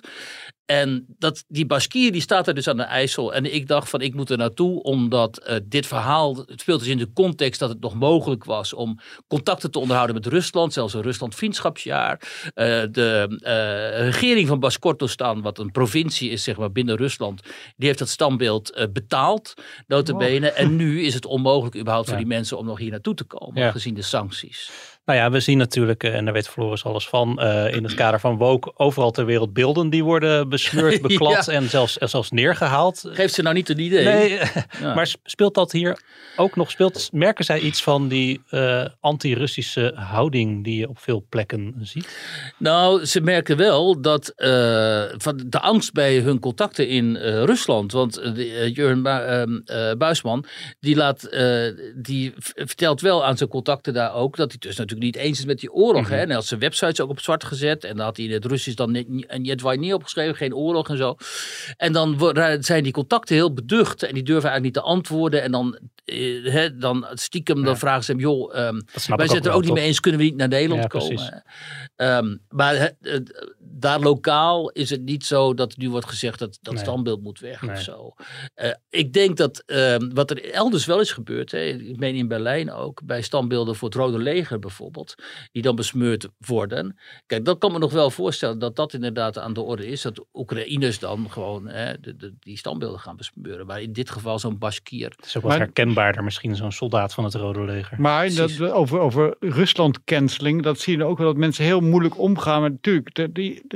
En dat, die Baskier die staat er dus aan de IJssel. En ik dacht van ik moet er naartoe omdat uh, dit verhaal, het speelt dus in de context dat het nog mogelijk was om contacten te onderhouden met Rusland, zelfs een Rusland vriendschapsjaar. Uh, de uh, regering van Bashkortostan, wat een provincie is zeg maar binnen Rusland, die heeft dat standbeeld uh, betaald, nota bene. Oh. En nu is het onmogelijk überhaupt ja. voor die mensen om nog hier naartoe te komen, ja. gezien de sancties. Nou ja, we zien natuurlijk, en daar weet Floris alles van, uh, in het kader van woke overal ter wereld beelden die worden besmeurd, beklad ja. en zelfs, zelfs neergehaald. Geeft ze nou niet een idee? Nee, ja. Maar speelt dat hier ook nog, speelt, merken zij iets van die uh, anti-Russische houding die je op veel plekken ziet? Nou, ze merken wel dat uh, van de angst bij hun contacten in uh, Rusland, want uh, Jurgen Bu- uh, uh, Buisman, die, laat, uh, die v- vertelt wel aan zijn contacten daar ook, dat hij dus natuurlijk niet eens is met die oorlog. Mm-hmm. Hè? En hij had zijn websites ook op zwart gezet. En dan had hij in het Russisch dan niet opgeschreven. Geen oorlog en zo. En dan zijn die contacten heel beducht. En die durven eigenlijk niet te antwoorden. En dan, eh, hè, dan stiekem ja. dan vragen ze hem. Joh, um, wij zijn het er ook niet mee eens. Kunnen we niet naar Nederland ja, komen? Um, maar uh, daar lokaal is het niet zo dat nu wordt gezegd dat dat nee. standbeeld moet weg nee. of zo. Uh, ik denk dat uh, wat er elders wel is gebeurd. Hè, ik meen in Berlijn ook. Bij standbeelden voor het Rode Leger bijvoorbeeld. Die dan besmeurd worden. Kijk, dat kan me nog wel voorstellen dat dat inderdaad aan de orde is. Dat Oekraïners dan gewoon hè, de, de, die standbeelden gaan besmeuren. Maar in dit geval zo'n Bashkir. Het is ook wat herkenbaarder misschien zo'n soldaat van het Rode Leger. Maar dat, over, over Rusland-canceling, dat zie je ook wel dat mensen heel moeilijk omgaan met natuurlijk. De, die, de,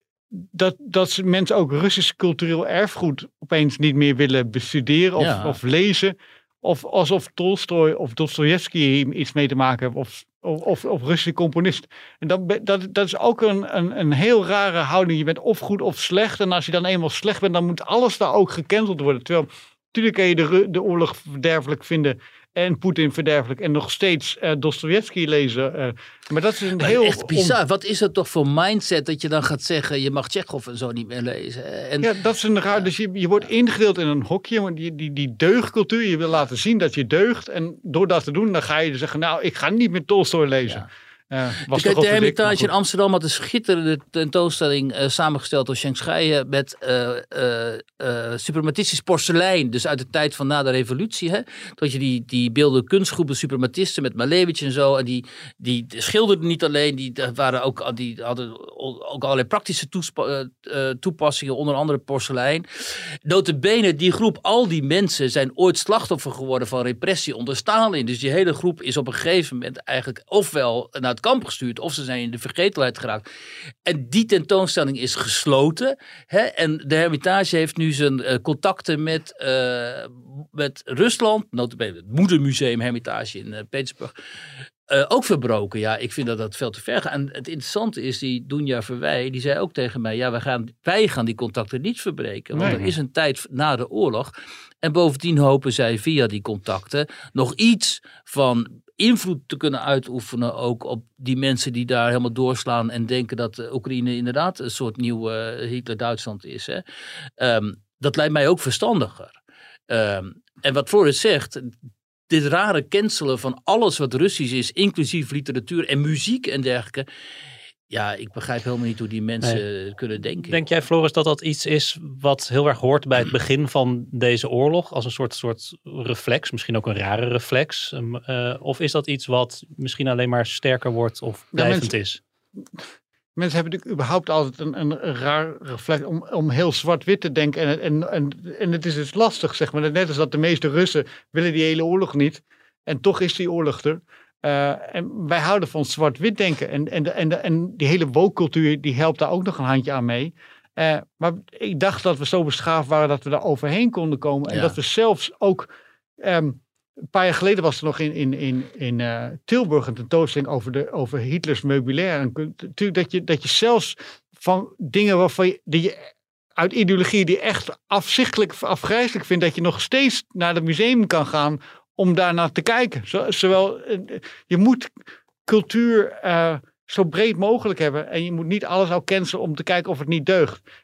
dat, dat mensen ook Russisch cultureel erfgoed opeens niet meer willen bestuderen of, ja. of lezen. Of alsof Tolstoj of Dostojevski hier iets mee te maken hebben. Of, of, of Russische componist. En dat, dat, dat is ook een, een, een heel rare houding. Je bent of goed of slecht. En als je dan eenmaal slecht bent, dan moet alles daar ook gecanceld worden. Terwijl, natuurlijk kan je de, de oorlog verderfelijk vinden. En Poetin verderfelijk. En nog steeds uh, Dostojevski lezen. Uh, maar dat is een maar heel... Echt bizar. On... Wat is dat toch voor mindset dat je dan gaat zeggen... je mag Tsjechov en zo niet meer lezen. En... Ja, dat is een raar... Dus je, je wordt ingedeeld in een hokje. Die, die, die deugdcultuur. Je wil laten zien dat je deugt. En door dat te doen, dan ga je zeggen... nou, ik ga niet meer Tolstoj lezen. Ja. Uh, was de de Hermitage in Amsterdam had een schitterende tentoonstelling uh, samengesteld door Schenk Scheijen met uh, uh, uh, suprematistisch porselein. Dus uit de tijd van na de revolutie. Hè? Dat je die, die beelden kunstgroepen suprematisten met Malevich en zo. En die, die schilderden niet alleen, die, waren ook, die hadden ook allerlei praktische toespa- uh, toepassingen, onder andere porselein. Notabene, die groep, al die mensen zijn ooit slachtoffer geworden van repressie onder Stalin. Dus die hele groep is op een gegeven moment eigenlijk ofwel naar het kamp gestuurd, of ze zijn in de vergetelheid geraakt. En die tentoonstelling is gesloten. Hè? En de Hermitage heeft nu zijn uh, contacten met, uh, met Rusland, notabene het Moedermuseum Hermitage in uh, Petersburg, uh, ook verbroken. Ja, ik vind dat dat veel te ver gaat. En het interessante is, die Dunja Verwij, die zei ook tegen mij, ja, wij gaan, wij gaan die contacten niet verbreken. Want nee. er is een tijd na de oorlog. En bovendien hopen zij via die contacten nog iets van invloed te kunnen uitoefenen ook op die mensen die daar helemaal doorslaan en denken dat Oekraïne inderdaad een soort nieuw uh, Hitler-Duitsland is. Hè. Um, dat lijkt mij ook verstandiger. Um, en wat Floris zegt, dit rare cancelen van alles wat Russisch is, inclusief literatuur en muziek en dergelijke. Ja, ik begrijp helemaal niet hoe die mensen nee. kunnen denken. Denk jij, Floris, dat dat iets is wat heel erg hoort bij het begin van deze oorlog? Als een soort, soort reflex, misschien ook een rare reflex? Um, uh, of is dat iets wat misschien alleen maar sterker wordt of blijvend ja, mensen, is? Mensen hebben natuurlijk überhaupt altijd een, een raar reflex om, om heel zwart-wit te denken. En, en, en, en het is dus lastig, zeg maar. Net als dat de meeste Russen willen die hele oorlog niet. En toch is die oorlog er. Uh, en wij houden van zwart-wit denken. En, en, en, en die hele woke-cultuur, die helpt daar ook nog een handje aan mee. Uh, maar ik dacht dat we zo beschaafd waren dat we daar overheen konden komen. En ja. dat we zelfs ook... Um, een paar jaar geleden was er nog in, in, in, in uh, Tilburg een tentoonstelling over, de, over Hitlers meubilair. En natuurlijk dat je, dat je zelfs van dingen waarvan je, die je uit ideologie die echt afzichtelijk, afgrijzelijk vindt, dat je nog steeds naar het museum kan gaan om daarnaar te kijken. Zowel, je moet cultuur uh, zo breed mogelijk hebben. En je moet niet alles al cancelen om te kijken of het niet deugt.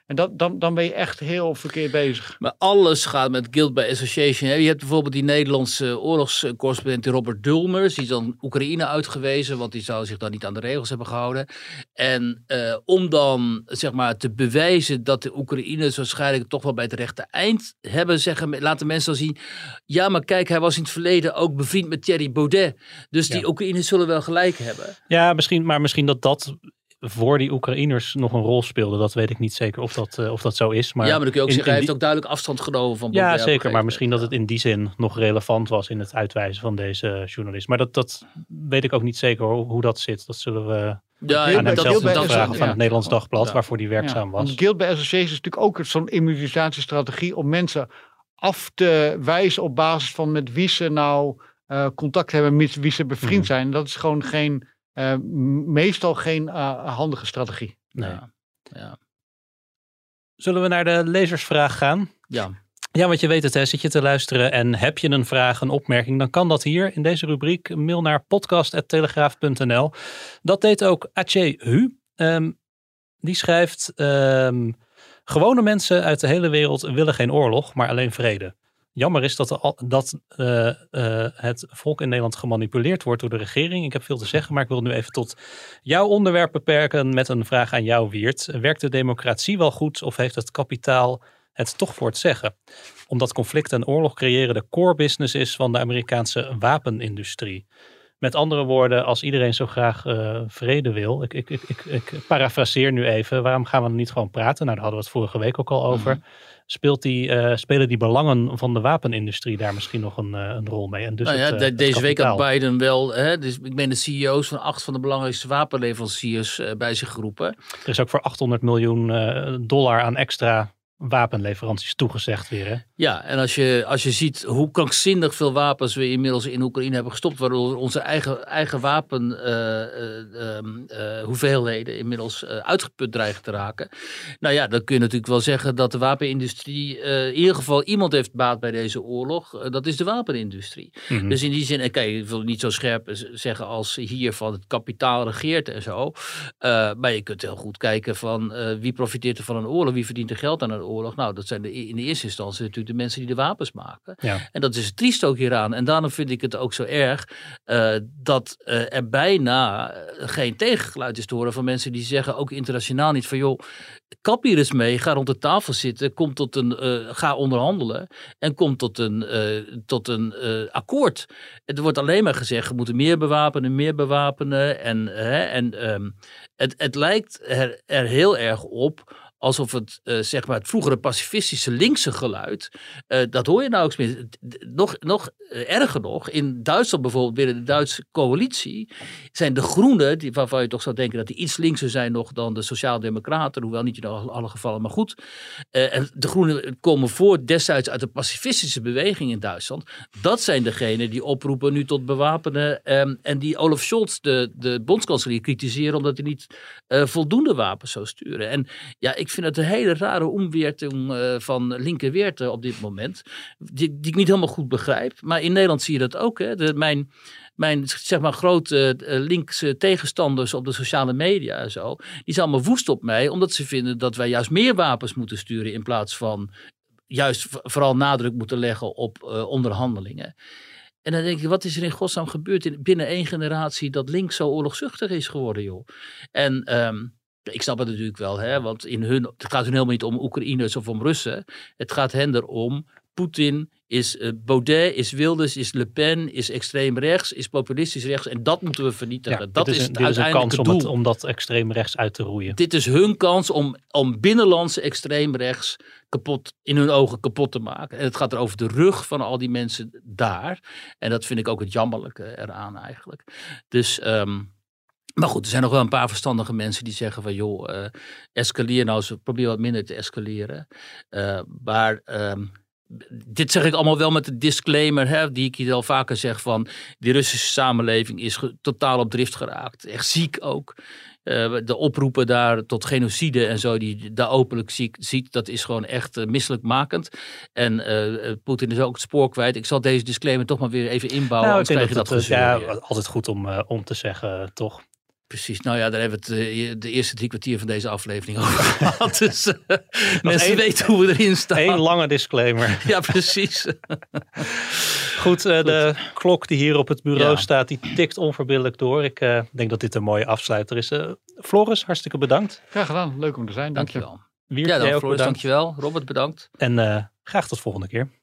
En dat, dan, dan ben je echt heel verkeerd bezig. Maar alles gaat met guilt by association. Hè? Je hebt bijvoorbeeld die Nederlandse oorlogscorrespondent Robert Dulmers. Die is dan Oekraïne uitgewezen, want die zou zich dan niet aan de regels hebben gehouden. En uh, om dan zeg maar te bewijzen dat de Oekraïners waarschijnlijk toch wel bij het rechte eind hebben, zeggen, laten mensen dan zien, ja, maar kijk, hij was in het verleden ook bevriend met Thierry Baudet. Dus die ja. Oekraïners zullen wel gelijk hebben. Ja, misschien, maar misschien dat dat voor die Oekraïners nog een rol speelde. Dat weet ik niet zeker of dat, uh, of dat zo is. Maar ja, maar dan kun je ook in, zeggen, hij die... heeft ook duidelijk afstand genomen van Ja, Baudet. zeker. Maar misschien dat het in die zin nog relevant was in het uitwijzen van deze journalist. Maar dat, dat weet ik ook niet zeker hoe, hoe dat zit. Dat zullen we ja, aan ja, hem dat, zelf dat, moeten vragen ja. van het Nederlands Dagblad, ja. waarvoor die werkzaam ja. was. Want guilt by association is natuurlijk ook zo'n immunisatiestrategie om mensen af te wijzen op basis van met wie ze nou uh, contact hebben, met wie ze bevriend hmm. zijn. Dat is gewoon geen, uh, meestal geen uh, handige strategie. Nee. Ja. Ja. Zullen we naar de lezersvraag gaan? Ja. Ja, want je weet het, hè, zit je te luisteren en heb je een vraag, een opmerking, dan kan dat hier in deze rubriek. Mail naar podcast punt telegraaf punt n l. Dat deed ook Atje Hu. Um, die schrijft, um, gewone mensen uit de hele wereld willen geen oorlog, maar alleen vrede. Jammer is dat, de, dat uh, uh, het volk in Nederland gemanipuleerd wordt door de regering. Ik heb veel te zeggen, maar ik wil nu even tot jouw onderwerp beperken met een vraag aan jou, Wiert. Werkt de democratie wel goed of heeft het kapitaal het toch voor het zeggen? Omdat conflict en oorlog creëren de core business is van de Amerikaanse wapenindustrie. Met andere woorden, als iedereen zo graag uh, vrede wil, ik, ik, ik, ik, ik parafraseer nu even, waarom gaan we er niet gewoon praten? Nou, daar hadden we het vorige week ook al over. Mm-hmm. Speelt die, uh, spelen die belangen van de wapenindustrie daar misschien nog een, uh, een rol mee? En dus nou ja, het, uh, de, het deze kapitaal. week had Biden wel, hè, dus ik ben de C E O's van acht van de belangrijkste wapenleveranciers uh, bij zich geroepen. Er is ook voor achthonderd miljoen uh, dollar aan extra wapenleveranties toegezegd weer, hè? Ja, en als je, als je ziet hoe krankzinnig veel wapens we inmiddels in Oekraïne hebben gestopt, waardoor onze eigen, eigen wapen uh, uh, uh, hoeveelheden inmiddels uh, uitgeput dreigen te raken. Nou ja, dan kun je natuurlijk wel zeggen dat de wapenindustrie uh, in ieder geval iemand heeft baat bij deze oorlog. Uh, dat is de wapenindustrie. Mm-hmm. Dus in die zin, en kijk, ik wil niet zo scherp zeggen als hier van het kapitaal regeert en zo. Uh, maar je kunt heel goed kijken van uh, wie profiteert er van een oorlog, wie verdient er geld aan een oorlog. Nou, dat zijn de, in de eerste instantie natuurlijk de mensen die de wapens maken. Ja. En dat is het triest ook hieraan. En daarom vind ik het ook zo erg uh, dat uh, er bijna geen tegengeluid is te horen van mensen die zeggen, ook internationaal niet, van joh, kap hier eens mee, ga rond de tafel zitten, kom tot een, uh, ga onderhandelen en kom tot een, uh, tot een uh, akkoord. Er wordt alleen maar gezegd, we moeten meer bewapenen, meer bewapenen. En, uh, en um, het, het lijkt er, er heel erg op alsof het, uh, zeg maar, het vroegere pacifistische linkse geluid, uh, dat hoor je nauwelijks meer. Nog, nog uh, erger nog, in Duitsland bijvoorbeeld, binnen de Duitse coalitie, zijn de Groenen, die, waarvan je toch zou denken dat die iets linkser zijn nog dan de Sociaaldemocraten, hoewel niet in alle, alle gevallen, maar goed. Uh, en de Groenen komen voort destijds uit de pacifistische beweging in Duitsland. Dat zijn degenen die oproepen nu tot bewapenen um, en die Olaf Scholz, de, de bondskanselier, kritiseren omdat hij niet uh, voldoende wapens zou sturen. En ja, ik Ik vind het een hele rare omweerting uh, van linkerweerte op dit moment. Die, die ik niet helemaal goed begrijp. Maar in Nederland zie je dat ook. Hè. De, mijn, mijn zeg maar grote uh, linkse tegenstanders op de sociale media en zo. Die zijn allemaal woest op mij. Omdat ze vinden dat wij juist meer wapens moeten sturen. In plaats van juist v- vooral nadruk moeten leggen op uh, onderhandelingen. En dan denk je, wat is er in godsnaam gebeurd in, binnen één generatie dat links zo oorlogzuchtig is geworden, joh. En Um, ik snap het natuurlijk wel, hè, want in hun, het gaat hun helemaal niet om Oekraïners of om Russen. Het gaat hen erom, Poetin is uh, Baudet, is Wilders, is Le Pen, is extreem rechts, is populistisch rechts. En dat moeten we vernietigen. Ja, dat is, is een, het dit uiteindelijke is een kans doel. om, het, om dat extreem rechts uit te roeien. Dit is hun kans om, om binnenlandse extreem rechts kapot, in hun ogen kapot te maken. En het gaat er over de rug van al die mensen daar. En dat vind ik ook het jammerlijke eraan eigenlijk. Dus Um, Maar goed, er zijn nog wel een paar verstandige mensen die zeggen van joh, uh, escaleer nou eens, probeer wat minder te escaleren. Uh, maar um, dit zeg ik allemaal wel met de disclaimer, hè, die ik hier al vaker zeg van die Russische samenleving is ge- totaal op drift geraakt. Echt ziek ook. Uh, de oproepen daar tot genocide en zo, die je daar openlijk ziek, ziet, dat is gewoon echt uh, misselijkmakend. En uh, Poetin is ook het spoor kwijt. Ik zal deze disclaimer toch maar weer even inbouwen, Nou, anders krijg je dat het, gezeur. Ja, weer. altijd goed om, uh, om te zeggen, toch? Precies, nou ja, daar hebben we het uh, de eerste drie kwartier van deze aflevering over gehad. Dus uh, mensen één, weten hoe we erin staan. Eén lange disclaimer. Ja, precies. Goed, uh, Goed, de klok die hier op het bureau ja. staat, die tikt onverbiddelijk door. Ik uh, denk dat dit een mooie afsluiter is. Uh, Floris, hartstikke bedankt. Graag gedaan, leuk om te zijn. Dank je. Dankjewel. Wiert, ja, dan jij ook Floris, bedankt. dankjewel. Robert, bedankt. En uh, graag tot volgende keer.